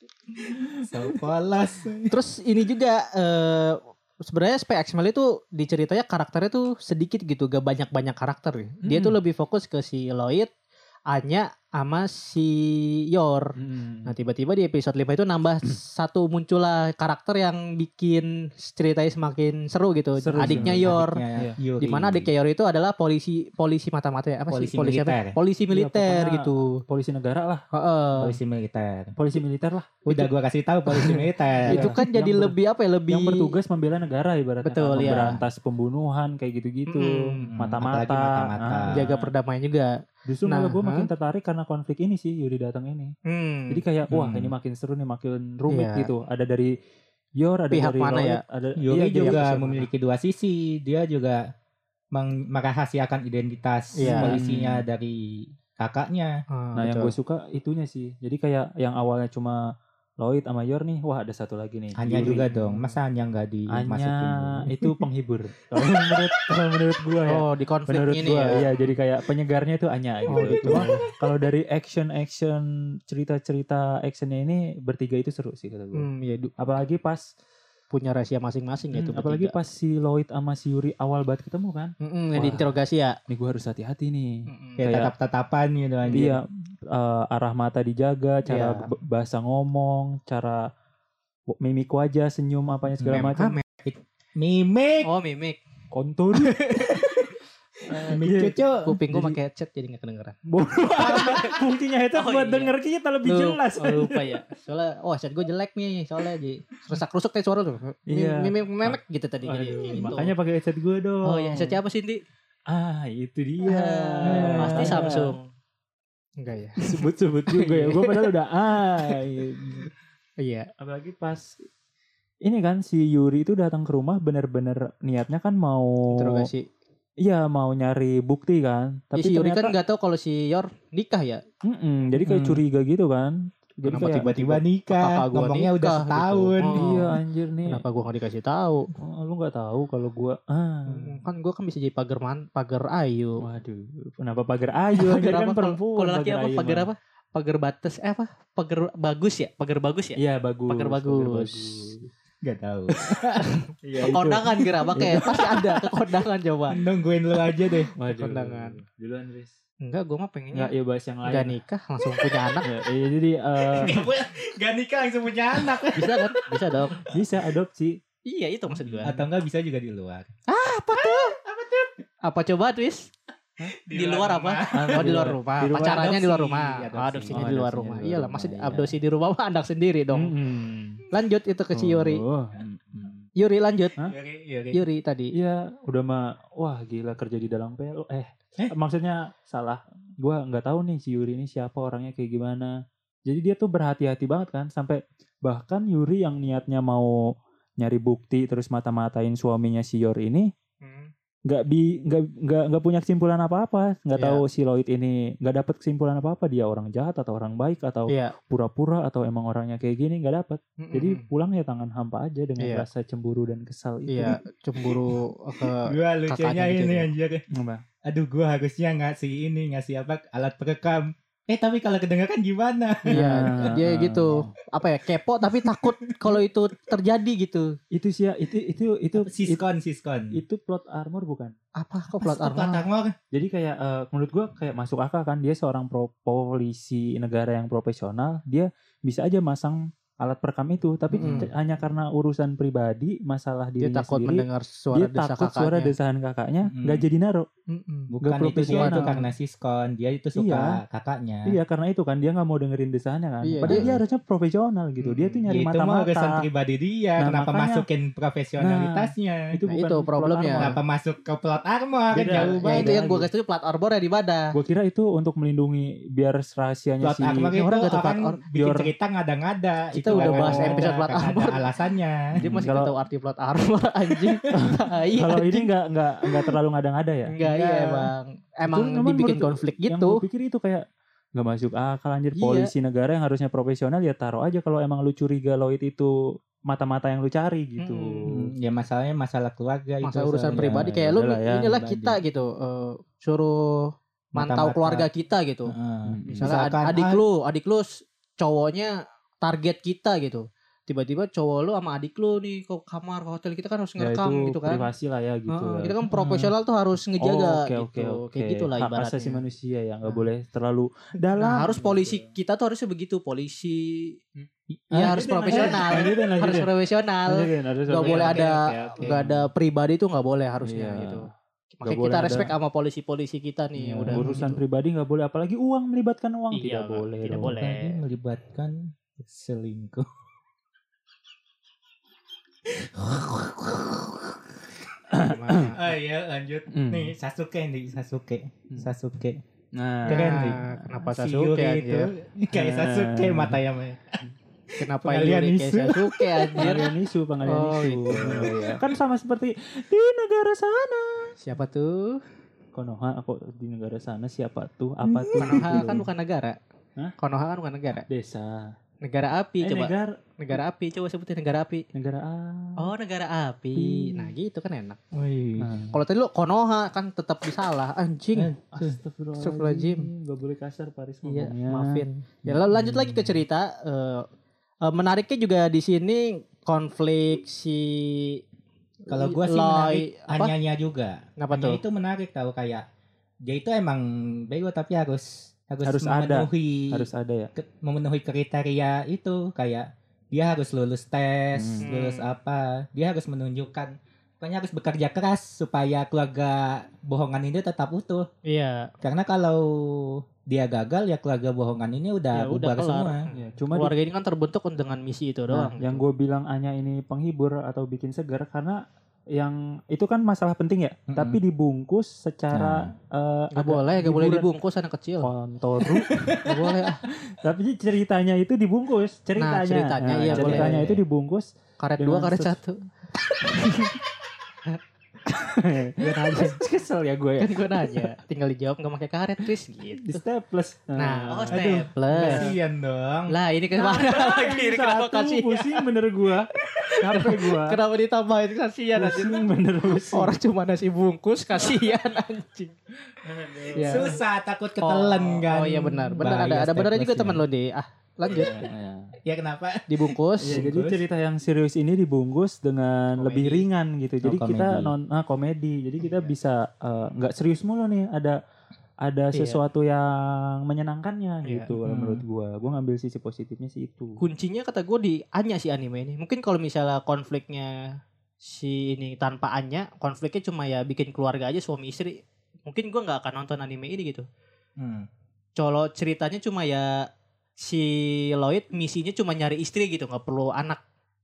So polos. Terus ini juga sebenarnya Spy X Family itu diceritanya karakternya tuh sedikit gitu, gak banyak karakter. Dia tuh lebih fokus ke si Lloyd, Anya, sama si Yor. Nah tiba-tiba di episode 5 itu nambah satu muncullah karakter yang bikin ceritanya semakin seru gitu. Seru, Adiknya seru. Yor. Iya. Yuri. Dimana adiknya Yor itu adalah polisi mata-mata ya, apa Polisi sih? Polisi militer. apa? Polisi militer pokoknya gitu. Polisi negara lah. Heeh. Polisi militer. Polisi militer lah. Udah gua kasih tahu polisi militer. Itu kan jadi Yang lebih apa ya? Lebih yang bertugas membela negara ibaratnya. Betul, kan? ya. Memberantas pembunuhan kayak gitu-gitu. Apalagi Mata-mata. mata-mata. jaga perdamaian juga. Justru Nah, malah gue makin tertarik karena konflik ini sih Yuri datang ini. Jadi kayak wah ini makin seru nih, makin rumit Iya. gitu. Ada dari Yor, ada Pihak dari mana Lloyd, ya? ada Yuri iya, juga jadi memiliki dua sisi. Dia juga merahasiakan identitas Iya. polisinya dari kakaknya. Nah yang gue suka itunya sih. Jadi kayak yang awalnya cuma Lloyd sama Yor nih, wah ada satu lagi nih. Anya Yuri. juga dong. Masa Anya nggak dimasukin? Anya itu penghibur. Kalau menurut gue ya. Oh, di konflik Menurut ini gua ya. iya, jadi kayak penyegarnya itu Anya gitu. Oh, gitu. Cuma kalau dari action cerita actionnya ini bertiga itu seru sih kata gue. Iya, Apalagi pas punya rahasia masing-masing ya itu apalagi bertiga. pas si Lloyd sama si Yuri awal banget ketemu kan. Yang Wah. diinterogasi ya. Nih gue harus hati-hati nih. Kayak tatap-tatapan gitu aja. Iya, arah mata dijaga, cara Iya. bahasa ngomong, cara mimik wajah, senyum apanya segala macam. Mimik. Oh, mimik. Kontur. Mimik cucu. Kuping gue Jadi- pakai headset jadi gak kedengeran. Bodoh amat. Fungsinya itu Oh, buat iya. denger kita lebih jelas. Lupa ya. Soalnya headset gue jelek nih. Soalnya jadi rusak-rusuk kayak suara tuh. Iya. Memek gitu tadi. Jadi Aduh, kayak gitu. makanya pakai headset gue dong. Oh ya, headsetnya apa sih, Ndi? Itu dia. Pasti Samsung. Enggak ya. Sebut-sebut juga ya. Gue padahal udah Iya. Apalagi pas ini kan si Yuri itu datang ke rumah bener-bener niatnya kan mau Interogasi. Iya mau nyari bukti kan. Tapi si Yuri kan nggak tahu kalau si Yor nikah ya. Jadi kayak curiga gitu kan. Jadi Kenapa kayak tiba-tiba nikah? Kakak gua Ngomongnya udah nikah setahun. gitu. Oh. iya anjir nih. Kenapa gue nggak dikasih tahu? Oh, lu nggak tahu kalau gue Kan gue kan bisa jadi pagar ayu. Waduh, kenapa pagar ayu? Anjir Pagar kan apa? perempuan. Kalau laki apa? ayu Pagar mah. apa? Pagar batas. Apa? Pagar bagus ya? Pagar bagus ya? Iya bagus. Pagar bagus. Gak tahu. Iya itu. Kondangan kira pakai pasti ada ke kondangan coba. Nungguin lu aja deh. Waduh. Kondangan. Duluan Riz. Enggak, gue mah Enggak pengennya ya bahas yang lain. nggak nikah langsung punya anak. Ya, jadi Gak nikah langsung punya anak. Bisa kan? Bisa dong. bisa adopsi. Iya itu maksud gue. Atau enggak bisa juga di luar. Apa coba twist? Di luar apa? Oh di luar rumah. Di rumah Pacarannya di luar adopsi. rumah. Adopsi. Adopsinya Oh, di luar adopsinya rumah. di luar Iyalah, rumah, masih iya. adopsi di rumah mah anak sendiri dong. Lanjut itu ke si Yuri. Yuri lanjut. Hah? Yuri tadi. Iya, udah mah wah gila kerja di dalam PLO. Maksudnya salah. gue nggak tahu nih si Yuri ini siapa, orangnya kayak gimana. Jadi dia tuh berhati-hati banget kan, sampai bahkan Yuri yang niatnya mau nyari bukti terus mata-matain suaminya si Yor ini nggak punya kesimpulan apa-apa, nggak tahu si Lloyd ini nggak dapat kesimpulan apa-apa, dia orang jahat atau orang baik atau pura-pura atau emang orangnya kayak gini, nggak dapat. Jadi pulang ya tangan hampa aja dengan rasa cemburu dan kesal itu. Iya, cemburu ke Gua lucunya gitu ini ya. anjir. Aduh, gua harusnya ngasih apa alat perekam. Tapi kalau kedengaran gimana? Iya, dia gitu. Apa ya? Kepo tapi takut kalau itu terjadi gitu. Itu sih ya, itu Siskon. Itu plot armor bukan? Apa kok plot armor? Jadi kayak menurut gua kayak masuk akal kan, dia seorang polisi negara yang profesional, dia bisa aja masang alat perekam itu, tapi hanya karena urusan pribadi, masalah dirinya dia takut sendiri, mendengar suara dia takut suara desahan kakaknya nggak jadi naruh. Bukan itu dia itu karena siskon, dia itu suka kakaknya. Iya, karena itu kan dia nggak mau dengerin desahannya kan. Padahal dia harusnya profesional gitu. Dia tuh nyari mata-mata. Itu mah urusan pribadi dia. Kenapa makanya, masukin profesionalitasnya? Itu bukan itu problemnya. Kenapa masuk ke plot armor? Jauh banget. Itu yang gue kasih plot armor ya di mana? Gue kira itu untuk melindungi biar rahasianya plot armor itu orang bikin cerita ngada-ngada. Kita udah bahas episode plot armor. Alasannya. Dia masih tahu arti plot armor anjing. Kalau ini nggak terlalu ngada-ngada ya? Enggak, iya bang. Emang dibikin konflik gitu. Yang gue pikir itu kayak nggak masuk akal anjir. Polisi negara yang harusnya profesional ya taruh aja kalau emang lu curiga Lloyd itu mata-mata yang lu cari gitu. Ya masalahnya masalah keluarga itu. Masalah urusan pribadi kayak lu inilah kita gitu. Suruh mantau keluarga kita gitu. Misalnya adik lu cowoknya target kita gitu. Tiba-tiba cowok lu sama adik lu nih ke kamar ke hotel, kita kan harus ngerekam ya, gitu kan. Privasi lah ya gitu. Kita kan profesional tuh harus ngejaga gitu. Kayak gitulah ibaratnya. Hak asasi manusia ya nggak boleh terlalu dalam. Nah, harus polisi kita tuh harusnya begitu, polisi. Ya harus profesional. Harus profesional. Gak boleh nggak ada pribadi tuh nggak boleh harusnya gitu. Makanya kita respect sama polisi-polisi kita nih. Udah urusan pribadi nggak boleh, apalagi uang, melibatkan uang tidak boleh. Tidak boleh. Melibatkan selingkuh. Ya lanjut nih Sasuke. Nah, keren nih. Kenapa Sasuke itu kayak Sasuke mata yang kenapa Yuri kayak Sasuke anjir? Pengalian isu. Kan sama seperti di negara sana. Siapa tuh? Konoha, aku di negara sana siapa tuh? Apa tuh? Konoha kan bukan negara. Hah? Konoha kan bukan negara. Desa. Negara api coba. Negara api coba sebutin negara api. Negara A. Oh, negara api. Nah, gitu kan enak. Kalau tadi lu Konoha kan tetap disalah anjing. Astagfirullahaladzim. Gak boleh kasar Paris ngomongnya. Iya, maafin. Ya lanjut lagi ke cerita. Menariknya juga di sini konflik si kalau gue sih menarik Anyanya juga. Kenapa tuh? Itu menarik tahu kayak dia itu emang bego tapi harus memenuhi memenuhi kriteria itu, kayak dia harus lulus tes, lulus apa, dia harus menunjukkan, pokoknya harus bekerja keras supaya keluarga bohongan ini tetap utuh. Iya. Karena kalau dia gagal ya keluarga bohongan ini udah bubar semua. Ya, cuma keluarga ini kan terbentuk dengan misi itu doang. Yang gue bilang Anya ini penghibur atau bikin segar karena yang itu kan masalah penting ya, tapi dibungkus secara gak boleh dibungkus anak kecil. Kontoru. Gak boleh. Tapi ceritanya itu dibungkus, ceritanya itu dibungkus karet 2 karet 1. Gue nanya. Kesel ya gue ya. Kan gue nanya, tinggal dijawab gak pakai karet twist gitu. Di staples. Staples. Kasian dong. Lah ini kemana lagi? Kenapa kasian? Pusing bener gue. Capek gue. Kenapa ditambahin kasian anjing? Bener pusing. Orang cuma nasi bungkus kasian anjing. Susah, takut ketelen kan. Oh iya benar. Ada benernya juga teman lo deh. Lanjut. Ya kenapa? Dibungkus. Ya, jadi cerita yang serius ini dibungkus dengan lebih ringan gitu. Jadi kita komedi. Jadi kita bisa nggak serius mulu nih. Ada sesuatu yang menyenangkannya gitu. Menurut gue ngambil sisi positifnya sih itu. Kuncinya kata gue di Anya si anime ini. Mungkin kalau misalnya konfliknya si ini tanpa Anya, konfliknya cuma ya bikin keluarga aja suami istri. Mungkin gue nggak akan nonton anime ini gitu. Kalau ceritanya cuma ya si Lloyd misinya cuma nyari istri gitu, nggak perlu anak.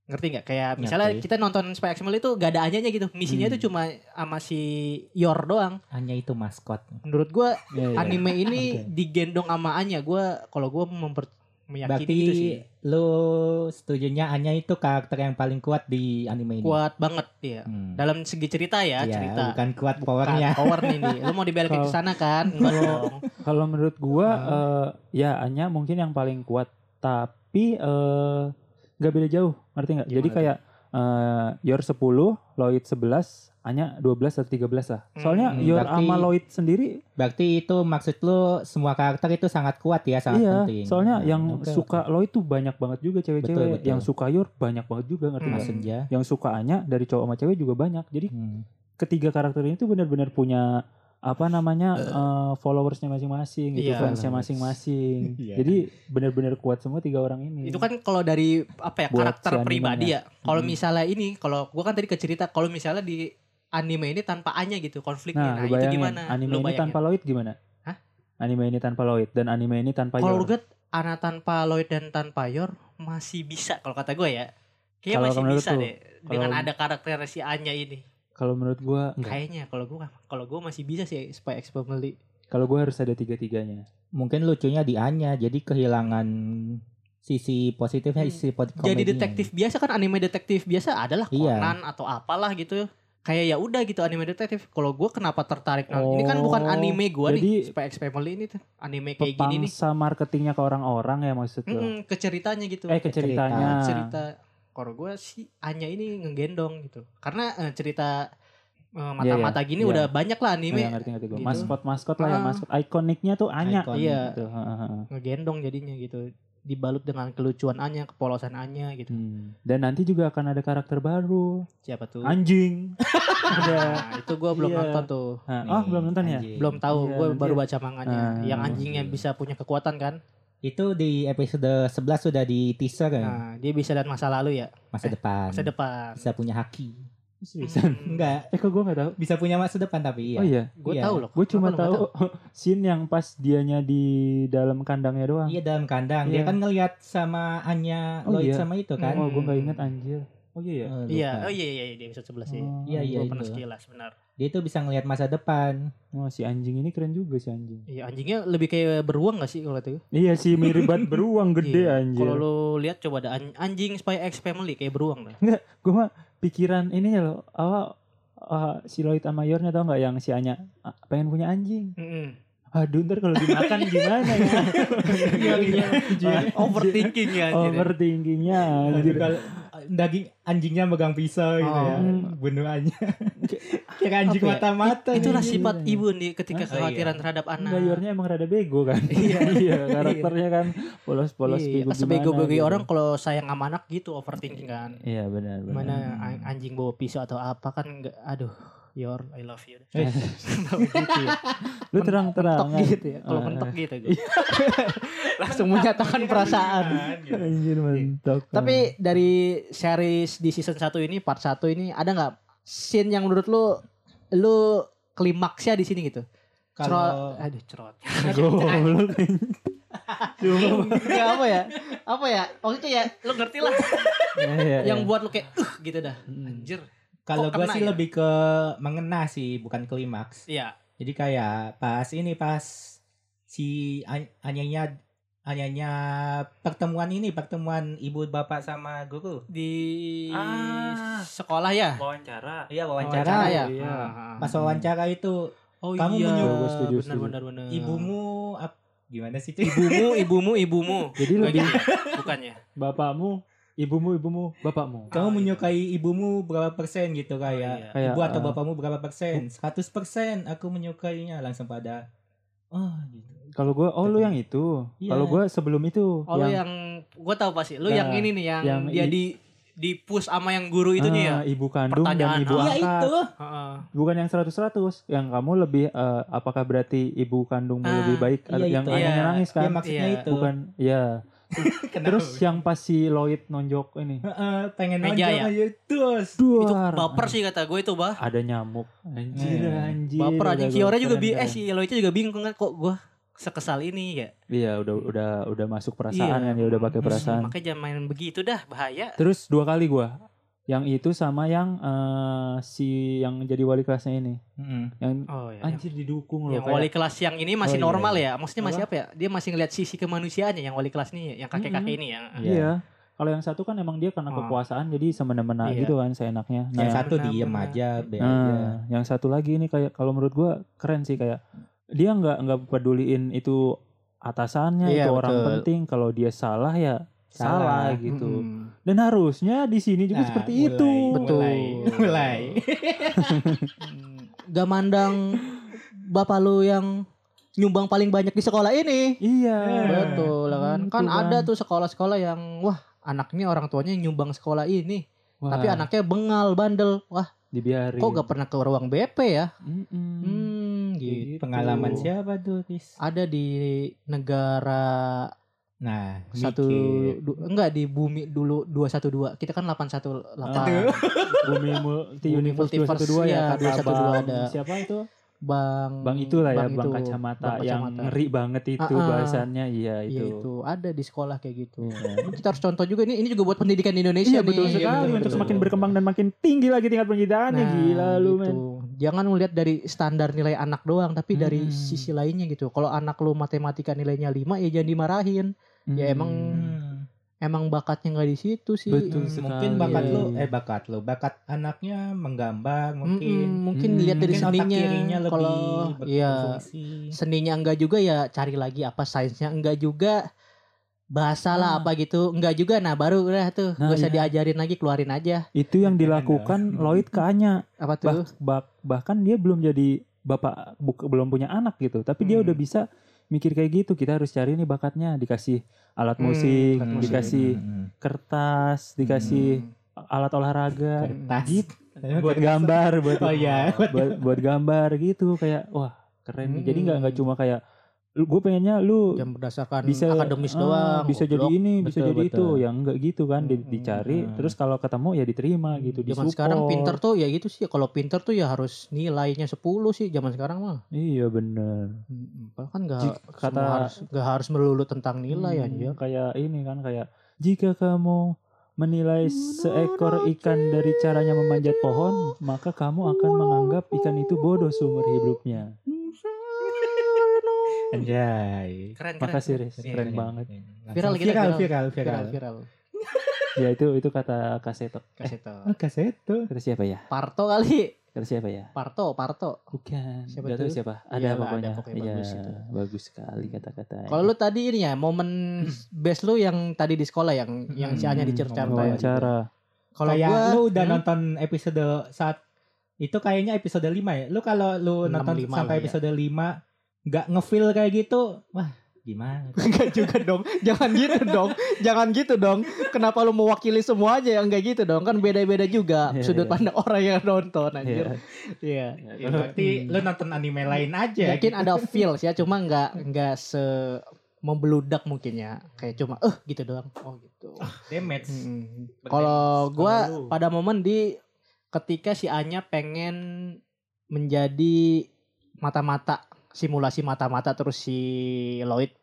Ngerti nggak? Kayak misalnya Ngerti. kita nonton Spy X Family itu gak ada Anyanya gitu. Misinya itu cuma sama si Yor doang. Anya itu maskot. Menurut gua Iya, iya. anime ini digendong sama Anya. Kalau gua meyakini Berarti gitu sih. lu setujunya Anya itu karakter yang paling kuat di anime ini. Kuat banget dia. Dalam segi cerita ya, Iya, cerita. bukan kuat powernya. Power nih. Lu mau dibalikin ke sana kan? Enggak dong. Kalau menurut gua ya Anya mungkin yang paling kuat, tapi nggak beda jauh, ngerti nggak? Jadi kayak Yor 10, Lloyd 11, Anya 12 atau 13 lah. Soalnya Yor berarti- sama Lloyd sendiri Berarti itu maksud lu semua karakter itu sangat kuat ya, sangat iya, penting. soalnya yang Oke, suka Lloyd tuh banyak banget juga cewek-cewek, Betul. yang suka Yor banyak banget juga, ngerti nggak? Maksudnya. Yang suka Anya dari cowok sama cewek juga banyak. Jadi ketiga karakter ini tuh benar-benar punya apa namanya followersnya masing-masing gitu, Iya. fansnya masing-masing. Iya. Jadi benar-benar kuat semua tiga orang ini. Itu kan kalau dari apa ya Buat karakter si pribadi animenya. ya. Kalau misalnya ini, kalau gua kan tadi kecerita kalau misalnya di anime ini tanpa Anya gitu konfliknya. Nah, Nah, lu itu bayangin gimana? anime Lu ini bayangin. tanpa Lloyd gimana? Hah? Anime ini tanpa Lloyd dan anime ini tanpa Kalau Yor. lu lihat Ana tanpa Lloyd dan tanpa Yor masih bisa kalau kata gue ya. Kayaknya Kalau masih menurut bisa tuh, deh dengan kalau- ada karakter si Anya ini. Kalau menurut gua enggak. Kayaknya kalau gua masih bisa sih Spy X Family. Kalau gua harus ada tiga-tiganya. Mungkin lucunya di Anya, jadi kehilangan sisi positifnya, sisi komedinya. Jadi detektif biasa kan, anime detektif biasa adalah Iya. Conan atau apalah gitu. Kayak ya udah gitu anime detektif. Kalau gue kenapa tertarik nonton? Ini kan bukan anime gue nih. jadi Spy X Family ini tuh anime kayak gini nih. Pepangsa marketingnya ke orang-orang ya maksud lo. Ke ceritanya gitu. Ke ceritanya. Cerita. Kalau gue sih Anya ini ngegendong gitu. Karena cerita mata-mata gini iya. udah banyak lah anime. Iya, ngerti gue. gitu. Maskot-maskot lah ya, maskot ikoniknya tuh Anya. Icon. Iya. Gitu. Ngegendong jadinya gitu. Dibalut dengan kelucuan Anya, kepolosan Anya gitu. Dan nanti juga akan ada karakter baru. Siapa tuh? Anjing. Nah, itu gue belum Iya. nonton tuh. Oh, belum nonton ya? Anjing. Belum tahu, Iya, gue nanti baru ya. baca manganya. Yang anjingnya bisa punya kekuatan kan? Itu di episode 11 sudah di teaser ya. Nah, dia bisa dan masa lalu ya, Masa depan. masa depan. Bisa punya haki. Enggak. Enggak, Kok gue gak tahu? bisa punya masa depan tapi iya. Oh iya. Gue Iya. tahu loh. Gue cuma Kenapa lu nggak tahu scene yang pas dianya di dalam kandangnya doang. Iya, dalam kandang. Iya. Dia kan ngelihat sama Anya, Oh, Lloyd iya. sama itu kan. Oh, gue gak inget anjir. Oh iya ya. Lupa. Iya, oh iya di episode 11 ya. Iya, iya, Gue pernah itu. sekilas benar. Dia itu bisa ngelihat masa depan. Oh, si anjing ini keren juga si anjing. Iya, anjingnya lebih kayak beruang gak sih kalau itu? Iya sih mirip banget beruang gede Iya. anjir. Kalau lu lihat coba ada anjing Spy X Family kayak beruang dah. Gue mah pikiran ini loh. Si Lloyd sama Yornya tau gak yang si Anya pengen punya anjing. Aduh ntar kalau dimakan gimana ya. Overthinking ya anjir. Overthinkingnya Aduh, anjir. kalau daging anjingnya megang pisau gitu ya. Bunuh aja. Kira anjing Apa ya? mata-mata. Itulah nih. sifat ibu nih ketika Hah? kekhawatiran terhadap anak. Enggak, Yornya emang rada bego kan. Iya karakternya kan polos-polos Iya, bego sebego-bego gimana gitu. orang kalau sayang sama anak gitu overthinking kan. Iya benar. Mana anjing bawa pisau atau apa kan enggak, aduh, Yor, I love you. Eh. Gitu ya. Lu terang-terangan. Mentok gitu ya. Kalau mentok gitu gue. Langsung menyatakan perasaan. Anjir mentok. Tapi dari series di season 1 ini, part 1 ini ada nggak scene yang menurut lu klimaksnya di sini gitu? Kalau Cerot. goblok. Enggak apa ya? Apa ya? Maksudnya ya lu ngerti lah. Iya. Yang buat lu kayak gitu dah. Anjir. kalau Kok gue kena sih ya? lebih ke mengena sih, bukan klimaks. Iya. Jadi kayak pas si Anyanya pertemuan ibu bapak sama guru. Di sekolah ya? wawancara. Iya, Wawancara wawancara. ya? Iya. Pas wawancara itu Oh Kamu iya. menyuruh. Gua setuju. Benar. ibumu gimana sih, Cuy? Ibumu. Jadi Nggak lebih gitu ya? Bukannya. bapakmu, ibumu, bapakmu. Kamu iya. menyukai ibumu berapa persen gitu kayak iya. Kayak, ibu atau bapakmu berapa persen? 100% aku menyukainya, langsung pada gitu. Kalau gue, lu yang itu. Iya. Kalau gue sebelum itu. Oh lu yang gue tahu pasti. Lu Nah, yang ini nih yang yang dia di push sama yang guru itunya ya. Ibu kandung dan Pertanyaan. ibu Iya angkat. itu. Heeh. Bukan yang 100-100. Yang kamu lebih, apakah berarti ibu kandungmu lebih baik? iya yang itu. ayahnya Iya. nangis Ya kan? maksudnya Iya. itu. Bukan, ya. Kenapa? Terus yang pas si Lloyd nonjok ini. Pengen Meja nonjok ya? aja terus. Itu Duar. baper sih kata gue itu, Bah. Ada nyamuk. Anjir. Baper aja. Udah Kiora juga keren. si Lloydnya juga bingung kan kok gue sekesal ini ya. Iya, udah masuk perasaan Iya. kan, ya udah pakai perasaan. Makanya jangan main begitu dah, bahaya. Terus 2 kali gua. Yang itu sama yang si yang jadi wali kelasnya ini. Yang Oh ya. anjir didukung loh. Yang wali kelas yang ini masih Oh, iya, normal iya. ya. Maksudnya masih apa ya? Dia masih ngelihat sisi kemanusiaannya yang wali kelas nih, yang kakek-kakek ini ya. Iya. Kalau yang satu kan emang dia karena Oh. kekuasaan jadi semena-mena Iya. gitu kan seenaknya. Yang Nah, satu diem benar-benar. aja, be aja. yang satu lagi ini kayak kalau menurut gua keren sih, kayak dia nggak peduliin itu atasannya, Iya, itu orang betul. penting. Kalau dia salah ya salah gitu. Mm-mm. Dan harusnya di sini juga Nah, seperti mulai, itu. Betul. Mulai. Gak mandang bapak lu yang nyumbang paling banyak di sekolah ini. Iya. Betul kan. Gitu Kan ada tuh sekolah-sekolah yang wah anaknya orang tuanya yang nyumbang sekolah ini. Wah, Tapi anaknya bengal, bandel. Wah dibiarin. kok gak pernah ke ruang BP ya? Mm-mm. Gitu. Pengalaman siapa tuh, Tis? Ada di negara Nah, enggak di bumi dulu 212. Kita kan 818. Bumi Multi Bumi Universe Multiverse, 212 ya, ya, kata 212 Bang ada. siapa itu? Bang Itulah ya, Bang itu. Kacamata Bang yang Kacamata. ngeri banget itu bahasannya. Iya Iya itu. itu ada di sekolah kayak gitu. Iya. Kita harus contoh juga ini juga buat pendidikan di Indonesia Iya betul nih. sekali, betul, untuk betul. semakin berkembang dan makin tinggi lagi tingkat pendidikannya. Nah, Gila lu men. gitu. Jangan melihat dari standar nilai anak doang, tapi dari sisi lainnya gitu. Kalau anak lu matematika nilainya 5 ya jangan dimarahin. Ya emang bakatnya nggak di situ sih. Betul mungkin sekali. bakat bakat anaknya menggambar Mungkin lihat dari mungkin otak seninya. kirinya lebih Kalau ya berfungsi. seninya enggak juga ya cari lagi apa sainsnya enggak juga. Bahasa lah apa gitu enggak juga, nah baru udah tuh Nah, gak usah iya. diajarin lagi, keluarin aja. Itu yang dilakukan Lloyd ke Anya. Apa tuh? Bahkan dia belum jadi bapak, belum punya anak gitu, tapi dia udah bisa mikir kayak gitu. Kita harus cari nih bakatnya, dikasih alat musik, alat musik. dikasih kertas, dikasih alat olahraga, Kertas. gitu. Buat gambar, Oh iya. buat gambar gitu, kayak wah keren nih. Jadi nggak cuma kayak gue pengennya lu Yang berdasarkan bisa akademis doang. bisa jadi goblok. ini, bisa Betul, jadi itu, betul. yang enggak gitu kan, dicari, terus kalau ketemu ya diterima gitu, Zaman disupport. sekarang pinter tuh ya gitu sih. Kalau pinter tuh ya harus nilainya 10 sih zaman sekarang mah. Iya bener. Kan Kata- nggak harus melulu tentang nilai aja. Kayak ini kan, kayak jika kamu menilai seekor ikan dari caranya memanjat pohon, maka kamu akan menganggap ikan itu bodoh seumur hidupnya. Anjay. Keren. Makasih Riz, Iya, keren iya. banget. Viral kita, Viral. Ya itu kata Kaseto. Kasih tau. Oh, kaseto. Kata siapa ya? Parto kali. Kata siapa ya? Parto. Bukan. Siapa Gak tahu tuh? siapa. Ada Iyalah, pokoknya. ada pokoknya Iya, bagus itu. bagus sekali kata-katanya. Kalau lu tadi ini ya momen best lu yang tadi di sekolah yang si Anya dicerita ya. wawancara. Kalau Kayak gua lu udah nonton episode saat itu kayaknya episode 5 ya. Lu kalau lu 6, nonton 5 sampai lah ya. episode 5 nggak ngefeel kayak gitu, wah gimana? Enggak juga dong. Jangan gitu dong. Jangan gitu dong. Kenapa lu mewakili semua aja? Enggak gitu dong. Kan beda-beda juga Iya, sudut iya. pandang orang yang nonton anjir. Iya. Ya, berarti lu nonton anime lain aja. Mungkin ada feels ya, cuma enggak se membludak mungkin ya. Kayak cuma gitu doang. Oh gitu. damage. Kalau gua Kalau lu. pada momen di ketika si Anya pengen menjadi mata-mata, simulasi mata-mata, terus si Lloyd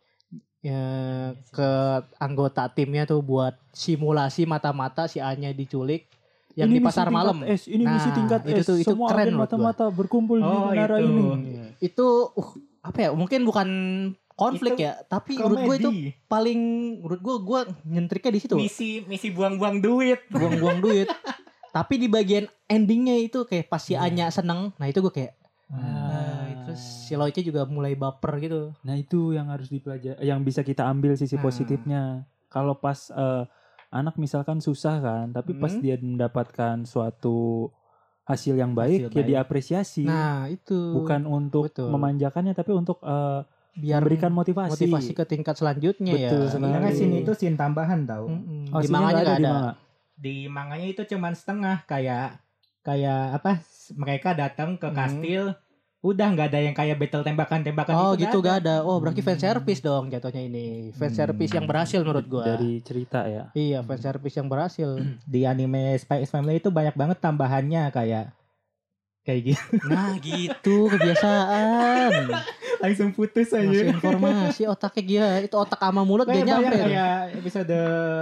ke anggota timnya tuh buat simulasi mata-mata si Anya diculik yang Ini di misi pasar tingkat malam. S, ini Nah, misi tingkat itu S. tuh- itu Semua keren agen menurut gua. mata-mata berkumpul di Oh, menara itu. ini. Itu apa ya? Mungkin bukan konflik Itu ya, tapi menurut gue itu Komedi. paling menurut gue nyentriknya di situ. Misi buang-buang duit. Buang-buang duit. Tapi di bagian endingnya itu kayak pas si Anya seneng, nah itu gue kayak terus si Lloydnya juga mulai baper gitu. Nah itu yang harus dipelajari, yang bisa kita ambil sisi positifnya. Kalau pas anak misalkan susah kan, tapi pas dia mendapatkan suatu hasil yang baik, Hasil ya baik. diapresiasi. Nah itu Bukan untuk Betul. memanjakannya, tapi untuk biar memberikan motivasi. ke tingkat selanjutnya Betul ya. sekali. Karena scene itu scene tambahan tau. Mm-mm. Oh, Di sini manganya nggak nggak di ada. manga. Di manganya itu cuman setengah, kayak apa? Mereka datang ke kastil, udah nggak ada yang kayak battle tembakan-tembakan Oh itu gitu nggak gak ada. Oh berarti fan service dong jatuhnya ini. Fan service yang berhasil menurut gua. Dari cerita ya. Iya, fan service yang berhasil. Di anime Spy X Family itu banyak banget tambahannya, kayak kayak gitu. Nah gitu kebiasaan. Langsung putus aja. Masih informasi otaknya gila. Itu otak sama mulut gak Kayak nyampe. tuh. kayak episode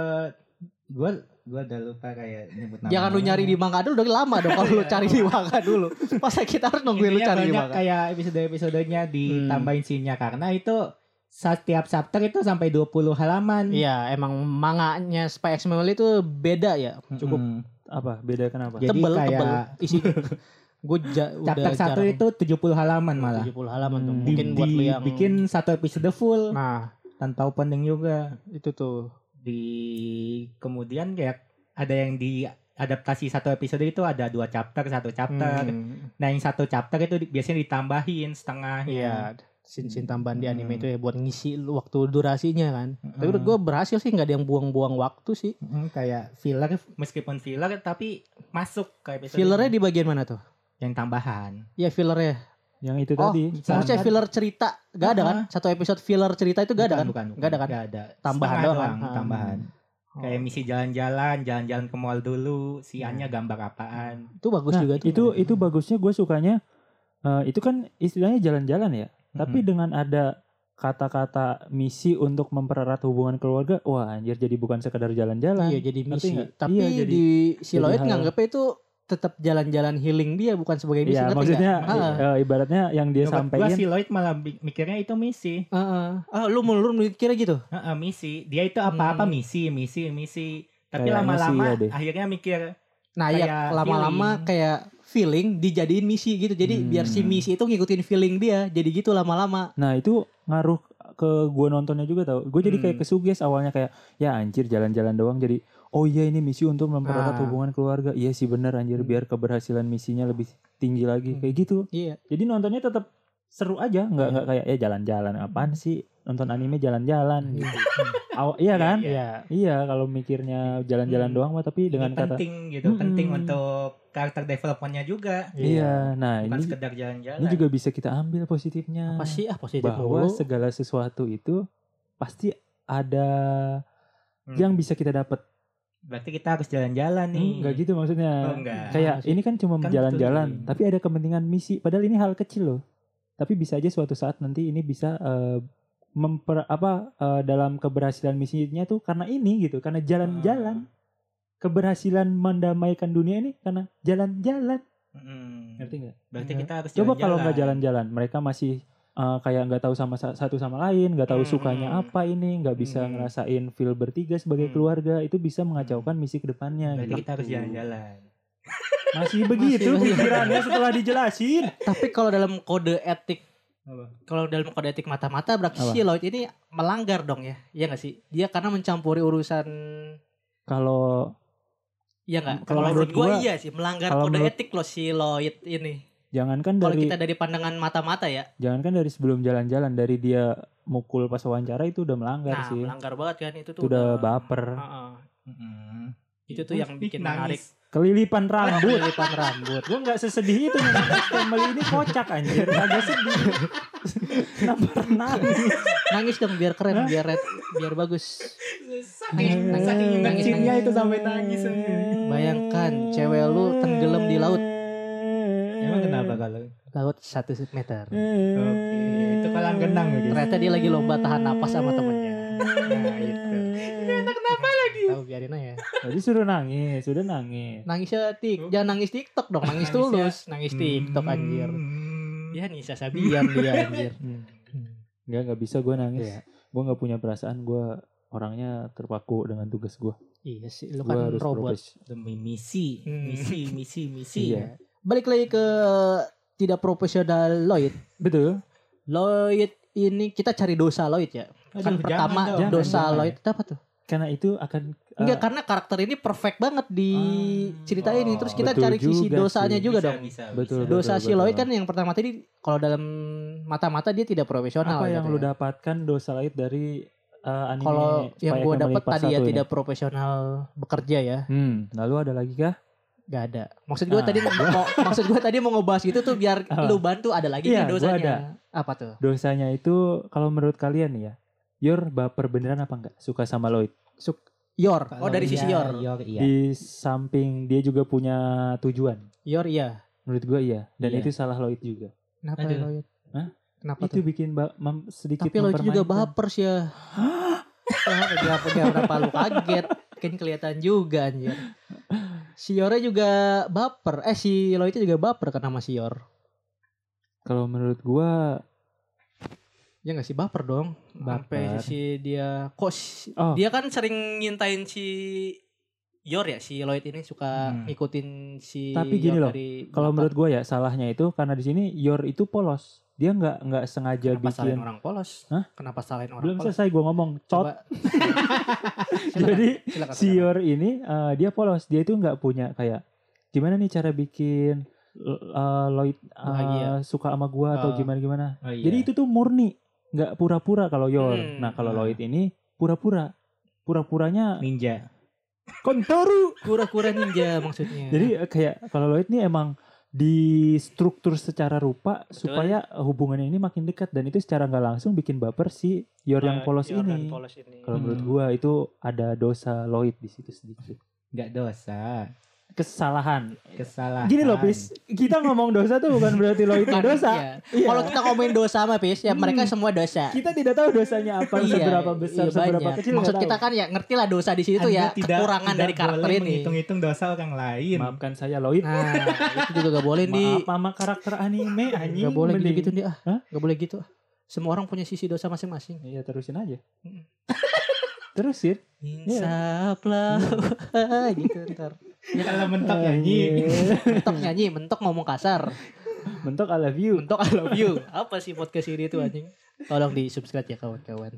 gua udah lupa kayak nyebut nama. Jangan lu nyari di manga dulu dong, lama dong kalau lu cari di manga dulu. Masa kita harus nungguin lu Intinya cari di banyak manga. kayak episode-episodenya ditambahin scene-nya karena itu setiap chapter itu sampai 20 halaman. Iya, emang manganya Spy X Family itu beda ya. Cukup Apa? Beda kenapa? Jadi tebel kayak isinya. Gue chapter 1 itu 70 halaman malah. 70 halaman tuh. Hmm. Mungkin buat lu yang Bikin satu episode full nah, tanpa opening juga. itu tuh. Kemudian kayak ada yang diadaptasi satu episode itu ada 2 chapter, 1 chapter. Nah, yang 1 chapter itu biasanya ditambahin setengah. Iya, scene tambahan di anime Hmm. itu ya buat ngisi waktu durasinya kan. Tapi menurut gue berhasil sih, nggak ada yang buang-buang waktu sih. Kayak filler, meskipun filler tapi masuk ke episode Fillernya ini. di bagian mana tuh? Yang tambahan. Ya fillernya. Yang itu Oh, tadi. maksudnya Kan- filler cerita gak ada kan? Satu episode filler cerita itu gak ada kan? Bukan. Gak ada kan? Gak ada. Tambahan Setengah doang kan? tambahan. Oh. Kayak misi jalan-jalan ke mall dulu, si Anya gambar apaan. Itu bagus Nah, juga tuh. itu bagusnya gue sukanya itu kan istilahnya jalan-jalan ya. Tapi dengan ada kata-kata misi untuk mempererat hubungan keluarga, wah anjir jadi bukan sekedar jalan-jalan. Iya jadi Ngerti misi. nggak? Tapi Iya, jadi- di Siloid hal- nganggapnya itu tetap jalan-jalan healing dia, bukan sebagai misi. Iya, ngerti maksudnya nggak? ibaratnya yang dia Buat gua sampaikan si Lloyd malah mikirnya itu misi. Lu mikirnya gitu? Misi. Dia itu apa-apa misi. Tapi Kayak lama-lama misi ya deh. akhirnya mikir Nah Kayak ya lama-lama feeling. kayak feeling dijadiin misi gitu. Jadi biar si misi itu ngikutin feeling dia. Jadi gitu lama-lama. Nah itu ngaruh ke gue nontonnya juga tau. Gue jadi kayak kesuges awalnya kayak ya anjir jalan-jalan doang jadi oh iya ini misi untuk mempererat Nah. hubungan keluarga. Iya sih bener anjir biar keberhasilan misinya lebih tinggi lagi kayak gitu. Iya. Jadi nontonnya tetap seru aja nggak kayak ya jalan-jalan apaan sih nonton anime jalan-jalan gitu. Iya kan? Iya kalau mikirnya jalan-jalan doang mah tapi dengan kata penting gitu, penting untuk karakter developmentnya juga. iya. Nah Bukan ini sekedar jalan-jalan. ini juga bisa kita ambil positifnya. Apa sih positif Bahwa mulu. segala sesuatu itu pasti ada yang bisa kita dapat. Berarti kita harus jalan-jalan nih. Enggak gitu maksudnya. Oh, enggak. Kayak ini kan cuma Kan jalan-jalan, betul. tapi ada kepentingan misi. Padahal ini hal kecil loh. Tapi bisa aja suatu saat nanti ini bisa dalam keberhasilan misinya tuh karena ini gitu, karena jalan-jalan. Keberhasilan mendamaikan dunia ini karena jalan-jalan. Ngerti nggak? Berarti kita harus Coba jalan-jalan. kalau nggak jalan-jalan, mereka masih kayak nggak tahu satu sama lain, nggak tahu sukanya apa ini, nggak bisa ngerasain feel bertiga sebagai keluarga, itu bisa mengacaukan misi kedepannya. Berarti gitu. kita harus jalan-jalan. Masih begitu pikirannya setelah dijelasin. Tapi kalau dalam kode etik Apa? kalau dalam kode etik mata-mata berarti Apa? si Lloyd ini melanggar dong ya. Iya gak sih? Dia karena mencampuri urusan iya enggak? Kalau Kalau menurut menurut gua gua- iya sih melanggar kalau kode menurut- etik loh si Lloyd ini. jangankan Kalau dari kita dari pandangan mata-mata ya. jangankan dari sebelum jalan-jalan, dari dia mukul pas wawancara itu udah melanggar Nah, sih. melanggar banget kan itu tuh. Itu udah baper. Heeh. Itu tuh yang bikin menarik. Kelilipan rambut. Kelilipan rambut. Gue nggak sesedih itu nih. Family ini kocak anjir. Agak sedih. Kenapa nangis? Nangis dong biar keren, biar bagus. Nangis. itu sampai nangis. Bayangkan cewek lu tenggelam di laut. Emang kenapa kalau? Laut 1 meter. Oke, itu kolam renang gitu. Ternyata dia lagi lomba tahan napas sama temennya. Nah itu. Kenapa lagi? Tahu biarin aja. Jadi sudah nangis. Nangisnya jangan nangis TikTok dong, nangis tulus, nangis TikTok anjir. Ya Nisa Sabian dia anjir. Nggak bisa gue nangis. Iya. Gue nggak punya perasaan. Gue orangnya terpaku dengan tugas gue. Iya sih, lu Gue kan harus robot. Demi misi. Iya. Balik lagi ke tidak profesional Lloyd. Betul. Lloyd ini kita cari dosa Lloyd ya. Kan Aduh, pertama jangan dong, dosa jangan. Lloyd itu apa tuh? Karena itu akan Enggak, karena karakter ini perfect banget di cerita ini. Terus kita betul cari sisi juga dosanya sih. juga dong. Betul. Dosa si Lloyd betul. kan yang pertama tadi kalau dalam mata-mata dia tidak profesional. apa yang gitu lu ya. dapatkan dosa lain dari anime Kalau yang Spy gue Family dapat Part tadi ya 1 ini? tidak profesional bekerja ya. Lalu ada lagi kah? Gak ada. Maksud gue tadi mau ngebahas gitu tuh biar lu bantu ada lagi Iya, nih gua dosanya. ada. Apa tuh? Dosanya itu kalau menurut kalian nih ya, Yor baper beneran apa enggak suka sama Lloyd? Yor. Oh dari sisi Yor. Yor iya. Di samping dia juga punya tujuan. Yor iya. Menurut gue iya. Dan Iya. itu salah Lloyd juga. Kenapa Aduh. Lloyd? Hah? Kenapa Itu tuh? bikin sedikit Tapi Lloyd juga mempermainkan. baper sih ya. Kenapa lu kaget? Kan kelihatan juga anjir. Siornya juga baper. Si Lloydnya juga baper kan sama Sior. Kalau menurut gue Ya gak sih baper dong. Sampai Baper. si dia Oh. dia kan sering ngintain si Yor ya, si Lloyd ini suka ngikutin si Tapi gini Yor loh, dari kalau belakang. menurut gue ya salahnya itu karena di sini Yor itu polos. Dia nggak sengaja Kenapa salahin bikin. orang polos? Hah? Kenapa salahin orang Belum polos? selesai gue ngomong. Cot. Coba. Silakan, Jadi silakan, si silakan. Yor ini dia polos. Dia itu nggak punya kayak gimana nih cara bikin Lloyd Bahagia. suka sama gue atau gimana. Oh, iya. Jadi itu tuh murni, nggak pura-pura kalau Yor. Nah kalau Nah. Lloyd ini pura-pura. Pura-puranya ninja. kontoru. Kura-kura ninja maksudnya. Jadi kayak kalau Lloyd ini emang di struktur secara rupa supaya hubungannya ini makin dekat dan itu secara nggak langsung bikin baper si Yor yang polos Yor ini. dan polos ini. Kalau menurut gua itu ada dosa Lloyd di situ sedikit. Nggak dosa. Kesalahan. Kesalahan. Gini loh, Pis. Kita ngomong dosa tuh bukan berarti Lloydnya Kan, dosa. iya. Iya. Kalau kita ngomongin dosa mah Pis, ya mereka semua dosa. Kita tidak tahu dosanya apa, seberapa besar, seberapa banyak. kecil. Maksud nggak kita tahu. kan ya ngerti lah dosa di situ Anda ya tidak- kekurangan tidak dari karakter boleh ini. menghitung-hitung dosa orang lain. Maafkan saya Lloyd. Nah, itu juga gak boleh di. Maaf sama karakter anime anjing. Gak boleh mending. gitu dia. Hah? Gak boleh gitu. Semua orang punya sisi dosa masing-masing. Iya, terusin aja. Mm. Terusin. Insaplah gitu ntar. Ya kalau mentok Iya. nyanyi. Mentok nyanyi, mentok ngomong kasar, Mentok I love you. mentok I love you. Apa sih podcast ini tuh anjing? Tolong di subscribe ya kawan-kawan.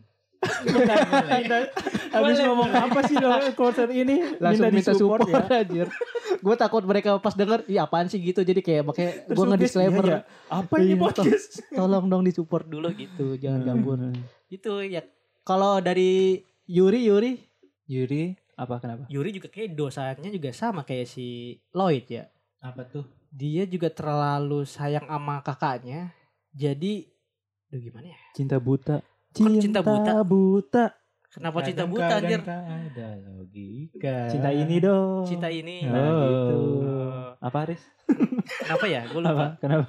Habis ngomong apa sih dong konser ini? Langsung minta support ya. anjir. Gue takut mereka pas denger, ih apaan sih gitu. Jadi kayak makanya gue Terus nge-disclaimer. iya, apa ini Iya, podcast? Tolong dong disupport dulu gitu, jangan gabut. Itu ya. Kalau dari Yuri Apa kenapa? Yuri juga kayak dosanya juga sama kayak si Lloyd ya. Apa tuh? Dia juga terlalu sayang sama kakaknya. Jadi aduh gimana ya? Cinta buta. Kok cinta buta? buta. Kenapa cinta buta anjir? Tak ada logika. Cinta ini dong. Cinta ini. Nah, gitu. Oh. Apa Aris? Kenapa ya? Gue Apa? lupa. Kenapa?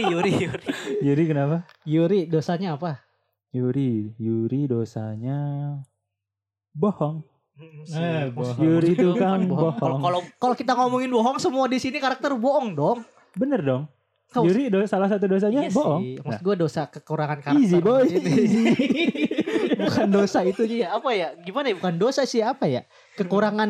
Yuri. Kenapa? Yuri dosanya apa? Yuri dosanya bohong. bohong. Yuri itu kan Bohong. bohong. Kalau kita ngomongin bohong, semua di sini karakter bohong dong. Bener dong. Kau- Yuri salah satu dosanya Iya bohong. sih. Nah, Maksud gue dosa kekurangan karakter. easy boy. Ini. Bukan dosa itu ya. Apa ya? Gimana ya? Bukan dosa sih apa ya? Kekurangan.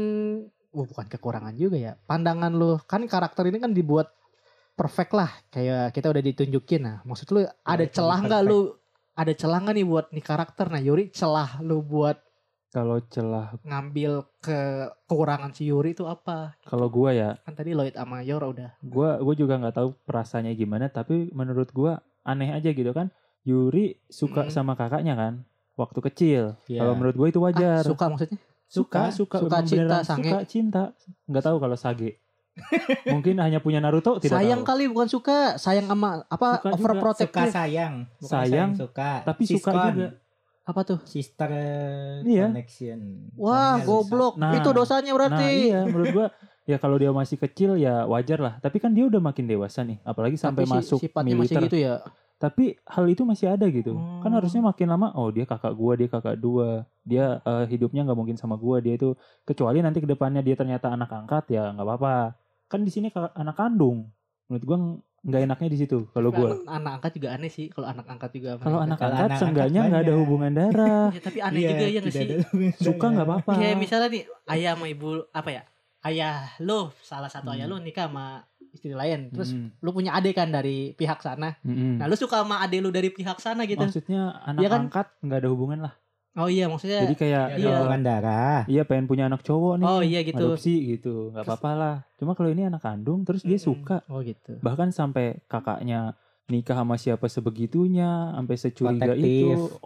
Bukan kekurangan juga ya. Pandangan lu kan karakter ini kan dibuat perfect lah. Kayak kita udah ditunjukin. Nah, maksud lu ada itu celah nggak perfect. lu? Ada celah nggak nih buat nih karakter? Nah, Yuri celah lu buat Kalau celah, ngambil kekurangan si Yuri itu apa? kalau gua ya, Kan tadi Lloyd sama Yor udah. gua juga nggak tahu perasaannya gimana, tapi menurut gua aneh aja gitu kan. Yuri suka sama kakaknya kan waktu kecil. Iya. Kalau menurut gua itu wajar. Suka maksudnya? suka suka memang cinta, beneran sange. suka cinta. Nggak tahu kalau Sage. Mungkin hanya punya Naruto, tidak Sayang tahu. kali bukan suka. Sayang sama apa Suka juga. Suka overprotective. sayang. Bukan Sayang, suka. tapi suka Siskon. juga. Apa tuh? Sister Iya. connection. Wah, Soalnya goblok. Nah. Itu dosanya Nah berarti. iya menurut gua ya kalau dia masih kecil ya wajar lah. Tapi kan dia udah makin dewasa nih. Apalagi sampai Tapi masuk sifatnya masih militer. gitu ya. Tapi hal itu masih ada gitu. Kan Hmm. harusnya makin lama, oh dia kakak gua, dia kakak dua. Dia hidupnya nggak mungkin sama gua. Dia itu kecuali nanti kedepannya dia ternyata anak angkat ya nggak apa-apa. Kan di sini anak kandung. Menurut gua nggak enaknya di situ kalau gua. Anak angkat juga aneh sih. Kalau anak angkat juga. Kalau anak Kalau angkat anak seenggaknya angkat nggak ada banyak. hubungan darah. Ya, tapi aneh juga ya nggak tidak sih? ada Suka nggak apa-apa. Kayak misalnya nih ayah sama ibu apa ya? Ayah lo salah satu ayah lo nikah sama istri lain. Terus lu punya adik kan dari pihak sana. Mm-mm. Nah, lu suka sama adik lu dari pihak sana gitu. Maksudnya anak Iya kan? angkat nggak ada hubungan lah. Oh iya, maksudnya Jadi kayak Ada Iya. hubungan darah. iya pengen punya anak cowok nih. oh iya gitu. Adopsi gitu. Nggak apa-apa lah. Cuma kalau ini anak kandung terus dia Mm-mm. suka. Oh gitu. Bahkan sampai kakaknya nikah sama siapa sebegitunya, sampai securiga Protektif. itu,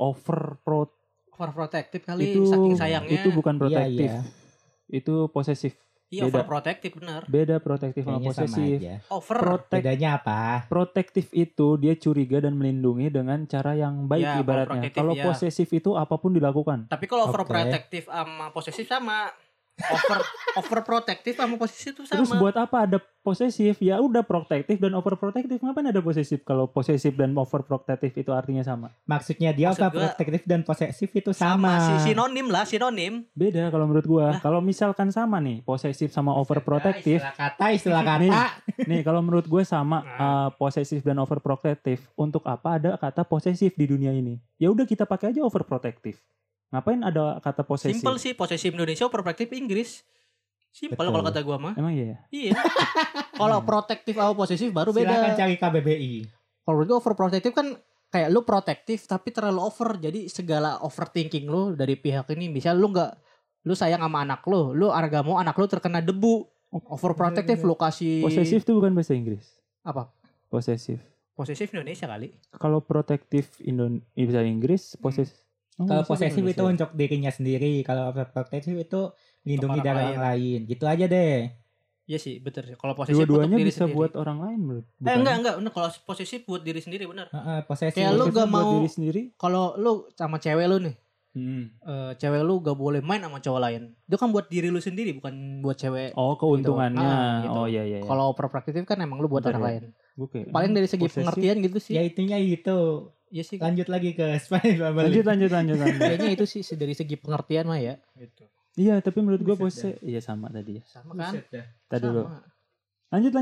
Overprotective kali itu saking sayangnya. itu bukan protektif, Iya, itu posesif. Iya, beda. overprotective bener. Beda protektif sama Kayaknya sama posesif. aja. Over. Bedanya apa? Protektif itu dia curiga dan melindungi dengan cara yang baik Ya, ibaratnya. protektif, Kalau ya. posesif itu apapun dilakukan. Tapi kalau Oke. overprotective sama posesif sama. overprotective sama posesif itu sama. Terus buat apa ada posesif? Ya udah protektif dan overprotective. Ngapain ada posesif kalau posesif dan overprotective itu artinya sama? Maksudnya dia Maksud gua- overprotective dan posesif itu sama. Sinonim lah, sinonim. Beda kalau menurut gua. Kalau misalkan sama nih, posesif sama overprotective. Istilah kata. Nih kalau menurut gue sama posesif dan overprotective. Untuk apa ada kata posesif di dunia ini? Ya udah kita pakai aja overprotective. Ngapain ada kata posesif? Simple sih, posesif Indonesia, overprotective Inggris. Simple Betul. kalau kata gua mah. Emang iya ya? Iya. Kalau protektif atau posesif baru Silakan beda. cari KBBI. Kalau menurut gua overprotective kan kayak lu protektif tapi terlalu over. Jadi segala overthinking lu dari pihak ini, misal lu sayang sama anak lu harga mau anak lu terkena debu. Overprotective lu kasih Posesif itu bukan bahasa Inggris. apa? Posesif. Posesif Indonesia kali. Kalau protektif bahasa Inggris, posesif. Kalau posesif itu untuk dirinya sendiri, kalau overprotective itu melindungi Untuk dari orang orang lain. Gitu aja deh. Iya sih, betul. Kalau posesif Dua-duanya untuk diri bisa sendiri. buat orang lain menurut. Enggak. Bener. Kalau posesif buat diri sendiri bener. Posesif. Kayak lu gak buat mau- diri sendiri. Kalau lu sama cewek lu nih, cewek lu gak boleh main sama cowok lain. Itu kan buat diri lu sendiri, bukan buat cewek. Oh, keuntungannya. Gitu. Oh iya. Kalau overprotective kan emang lu buat Bener orang ya. lain. Oke. Paling dari segi Posesif. pengertian gitu sih. Ya itunya itu. Iya sih. Lanjut lagi ke Spider Lanjut. Kayaknya itu sih dari segi pengertian mah ya. Gitu. Iya, tapi menurut gue Buset iya sama tadi ya. Sama kan? Tadi dulu. Sama. Lanjut.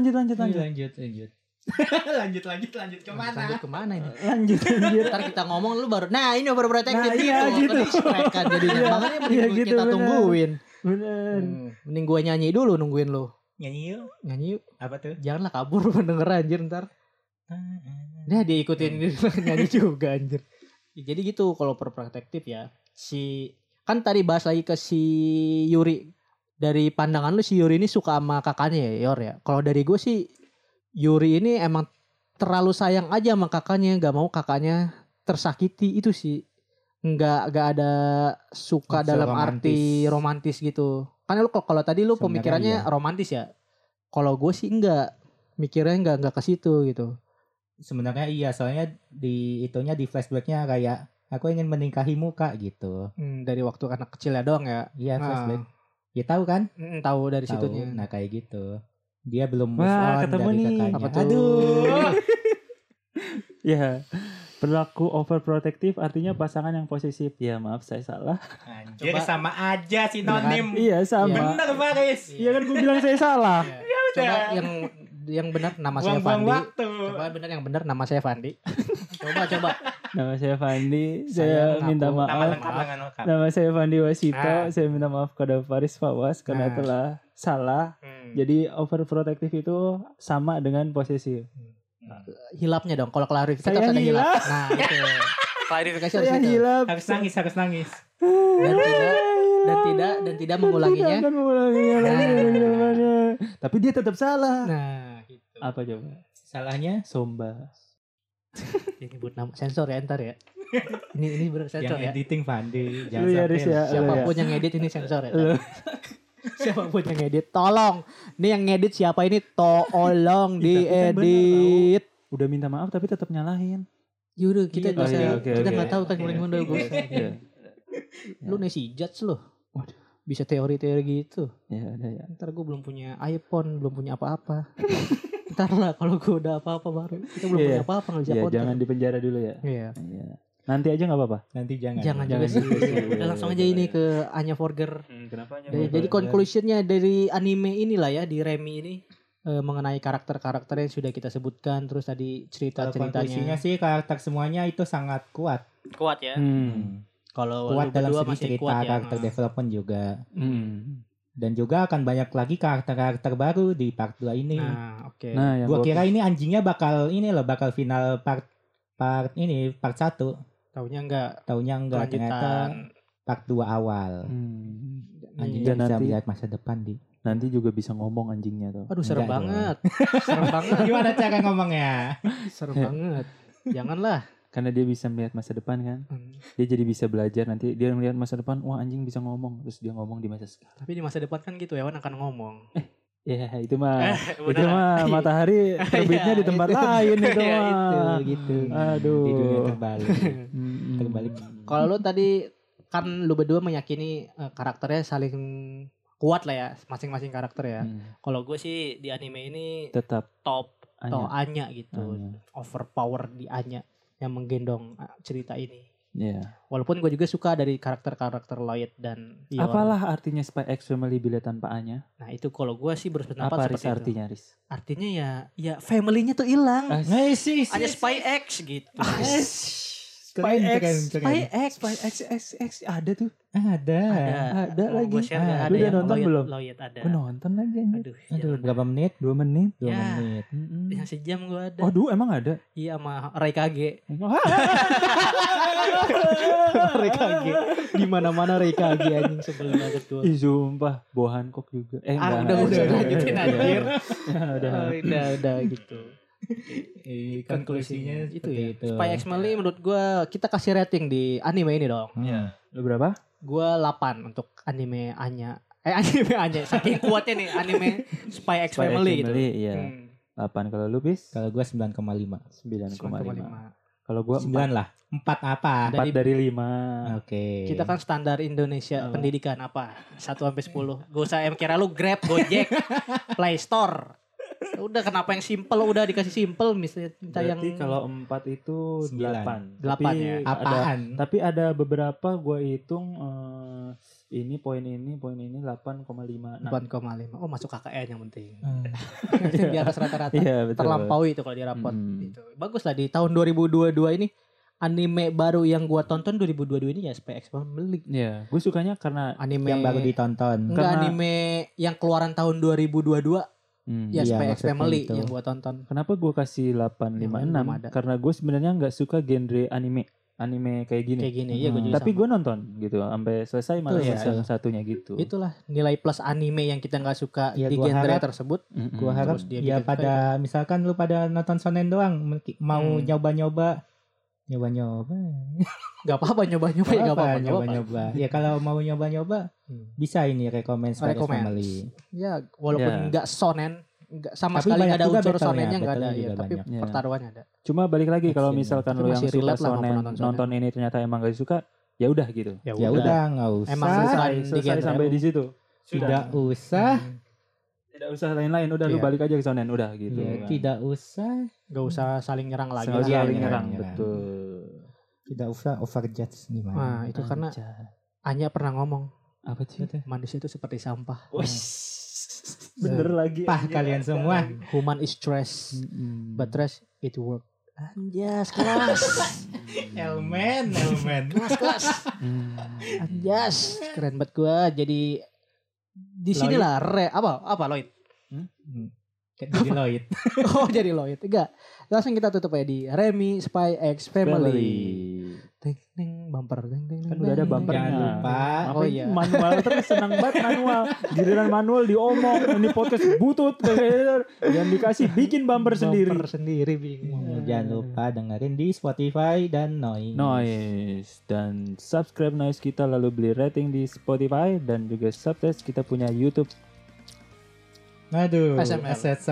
Lanjut kemana? Lanjut kemana ini? Lanjut. Ntar kita ngomong lu baru. Nah ini overprotective Nah, iya, gitu. Kan jadinya. Makanya mending Iya, gitu, kita bener. tungguin. Bener. Mending gue nyanyi dulu nungguin lu. Nyanyi yuk. Nyanyi yuk. Apa tuh? Janganlah kabur mendenger anjir ntar. Nah diikutin nyanyi juga anjir. Ya, jadi gitu kalau overprotective ya. Kan tadi bahas lagi ke si Yuri. Dari pandangan lu si Yuri ini suka sama kakaknya ya Yor ya. Kalau dari gue sih Yuri ini emang terlalu sayang aja sama kakaknya. Gak mau kakaknya tersakiti itu sih. Nggak ada suka Maksud dalam arti romantis gitu. Kan lu kalau tadi lu Sebenarnya pemikirannya iya. romantis ya. Kalau gue sih enggak. Mikirnya enggak ke situ gitu. Sebenarnya iya, soalnya di flashbacknya kayak aku ingin menikahimu Kak gitu. Dari waktu anak kecil ya doang ya. Iya Nah. flashback. Ya tahu kan? Tahu dari Tahu. situnya. Nah kayak gitu. Dia belum move Wah, on ketemu dari nih. kakaknya. Apa tuh? Aduh. Ya. Perilaku overprotective artinya pasangan yang posesif. Ya maaf saya salah. Anjir Coba. sama aja sinonim. Iya sama. Bener Faris. Iya kan gue bilang saya salah. Coba yang benar nama saya Buang-buang Fandi. waktu. Coba benar yang benar nama saya Fandi. coba. Nama saya Fandi. Saya Saya minta mengaku. maaf. Nama saya Fandi Wasito. Ah. Saya minta maaf kepada Faris Fawas karena Ah. telah salah. Jadi overprotective itu sama dengan posesif. Hilapnya dong. Kalau klarifikasi Saya harus ada hilap. hilap. Nah, itu. Klarifikasi harus Saya itu. hilap. Harus nangis. Dan tidak mengulanginya. Tidak akan mengulanginya lagi Nah. dalam kehidupannya. Tapi dia tetap salah. Nah, gitu. Apa coba? Salahnya Somba. Ini buat nama sensor ya ntar ya. ini bener yang sensor ya. editing Fandi. Lu ya, Riz, ya. Siapapun yang edit ini sensor ya. Siapapun yang edit, tolong. Ini yang ngedit siapa ini? Tolong diedit. Udah minta maaf tapi tetap nyalahin. Yaudah kita Iya, bisa oke, kita oke. nggak tahu kan gimana gue. Iya. Lu nasi judge lo. Bisa teori-teori gitu. Ya udah ya. Ntar gue belum punya iPhone, belum punya apa-apa. Ntar lah kalau gue udah apa-apa baru. Kita belum Iya. punya apa-apa nggak bisa Ya konten. jangan dipenjara dulu ya. Iya. Iya. Nanti aja nggak apa-apa. Nanti jangan. Jangan juga Jangan sih. juga sih. Udah langsung aja ini ke Anya Forger. Kenapa? Jadi conclusionnya dari anime inilah ya di Remi ini mengenai karakter-karakter yang sudah kita sebutkan, terus tadi Konklusinya cerita-ceritanya sih karakter semuanya itu sangat kuat. kuat ya. Kalau Kuat lu dalam berdua segi masih cerita, kuat ya. karakter development juga. Hmm. Dan juga akan banyak lagi karakter-karakter baru di part 2 ini. Nah, oke. Nah, yang Gua kira ini anjingnya bakal final part 1. Taunya enggak Taunya enggak, ternyata kelanjutan. part 2 awal. Anjingnya Dan bisa nanti- melihat masa depan di. Nanti juga bisa ngomong anjingnya tuh. Aduh serem Enggak dong. banget. Serem banget. Gimana cara ngomongnya? Serem banget. Janganlah. Karena dia bisa melihat masa depan kan. Dia jadi bisa belajar nanti dia melihat masa depan, wah anjing bisa ngomong, terus dia ngomong di masa sekarang. Tapi di masa depan kan gitu hewan akan ngomong. Ya itu mah itu beneran. mah matahari terbitnya di tempat itu. lain itu Iya, mah. Gitu. Aduh. Di dunia terbalik. Mm-mm. Terbalik. Kalau lu tadi kan lu berdua meyakini karakternya saling kuat lah ya masing-masing karakter ya. Hmm. Kalau gue sih di anime ini Tetap top atau Anya. Anya gitu. Anya. Overpower di Anya yang menggendong cerita ini. Iya. Walaupun gue juga suka dari karakter-karakter Lloyd dan Ion. Apalah artinya Spy X Family bila tanpa Anya? Nah itu kalau gue sih berpendapat Apa Riz seperti itu. artinya Riz? Artinya ya family-nya tuh hilang. Sih. Hanya Spy X gitu. Keren, Spy X. keren, keren. Spy X. Spy X ada tuh. Ada. Ada Mau lagi. gue share nggak? Ah, Ada lu udah yang nonton Lloyd, belum? Lloyd ada. Gue nonton lagi anjir. Aduh. Aduh, jangan. berapa menit? 2 menit. 2 Ya. menit. Yang sejam gue ada. Waduh emang ada? Iya sama Rai Kage. Rai Kage. Di mana-mana Rai Kage anjing sebel banget gue. Ih sumpah. Bawa Hancock juga. Udah usah lanjutin anjir. Udah. Udah gitu. Konklusinya itu seperti ya. itu. Spy X Family menurut gue kita kasih rating di anime ini dong. Hmm. Lu berapa? Gue 8 untuk anime Anya. Anime Anya. Saking kuatnya nih anime Spy X Family gitu. Iya. Hmm. 8 kalau lu bis? Kalau gue 9,5. 9,5. Kalau gua 9 lah. 4 apa? 4 dari 5. Oke. Kita kan standar Indonesia pendidikan apa? 1 sampai 10. Gak usah kira lu Grab, Gojek, Play Store. Udah kenapa yang simple udah dikasih simple misalnya yang Berarti kalau 4 itu 9. 8. 8 ya. Apaan? Tapi ada beberapa gua hitung ini poin ini 8,5. 8,5. Oh masuk KKN yang penting. Hmm. Di atas rata-rata. Iya betul. Terlampaui itu kalau di rapot. Hmm. Gitu. Bagus lah di tahun 2022 ini anime baru yang gua tonton 2022 ini ya Spy X Family. Iya, gue sukanya karena Anime Yang baru ditonton. enggak Karena- anime yang keluaran tahun 2022 ya Iya, Spy X maksudnya Family itu. yang gua tonton. kenapa gue kasih Yang lain belum 8,56 ada. karena gue sebenarnya nggak suka genre anime kayak gini. Kayak gini ya gue juga Tapi sama. gue nonton gitu sampai selesai malah Betul, ya. season satunya gitu. Itulah nilai plus anime yang kita nggak suka Ya, di gua genre harap- tersebut. Mm-mm. Gua harap Terus dia ya bikin pada misalkan lu pada nonton shonen doang mau Hmm. nyoba-nyoba Gak apa-apa nyoba-nyoba ya gak apa-apa. nyoba-nyoba. Ya kalau mau nyoba-nyoba bisa ini rekomend Spy X Rekomend. Family. Ya walaupun Ya. nggak sonen, nggak sama Tapi sekali banyak nggak ada juga unsur battle-nya, sonennya nggak ada battle-nya ya, juga tapi banyak. Ya. pertaruhannya ada. Cuma balik lagi kalau Action. misalkan Tapi lo yang masih suka relate lah maupun shonen nonton shonen. nonton ini ternyata emang gak suka, ya udah gitu. Ya udah nggak usah. Emang Selesai, di selesai genre sampai lu. di situ. Tidak usah. Tidak usah lain-lain, udah lu Iya. balik aja ke shonen udah gitu. Ya, kan. tidak usah. Gak usah saling nyerang lagi. Sengaja Iya, saling nyerang, nyerang, nyerang. betul. Tidak usah overjudge gimana. Nah itu karena Anya pernah ngomong Apa sih? manusia itu seperti sampah. Bener lagi. Pah anjir. kalian semua. Human is trash, Mm-mm. but trash it work. Anjas kelas, Elmen. kelas. Mm. Anjas keren banget gua jadi di sini lah apa Lloyd. Jadi Lloyd. Oh jadi Lloyd enggak. Langsung kita tutup ya di Remy Spy X Family. Ting ting bumper ting ting. Kan udah ada bumpernya. Jangan lupa. Oh iya. Manual terus senang banget manual. Giliran manual diomong ini podcast butut. Yang dikasih bikin bumper sendiri. Bumper sendiri bingung. Jangan lupa dengerin di Spotify dan Noise. Noise dan subscribe Noise kita lalu beli rating di Spotify dan juga subscribe kita punya YouTube Aduh, ASMR.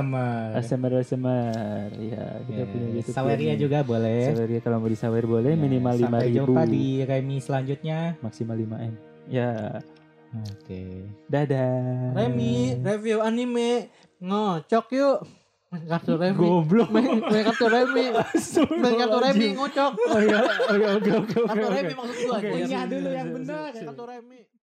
ASMR ya kita punya YouTube. Saweria juga boleh. Saweria kalau mau disawer boleh Ya, minimal sampai 5.000 jumpa di Remi selanjutnya. maksimal 5M. Ya, Oke. dadah. Remy review anime ngocok yuk. Main kartu Remy. Goblok. Main kartu Remy. Main kartu Remy ngocok. Oh iya, oke. Kartu Remy maksud gua. Oke, anjing. iya dulu yang benar. Kartu Remy.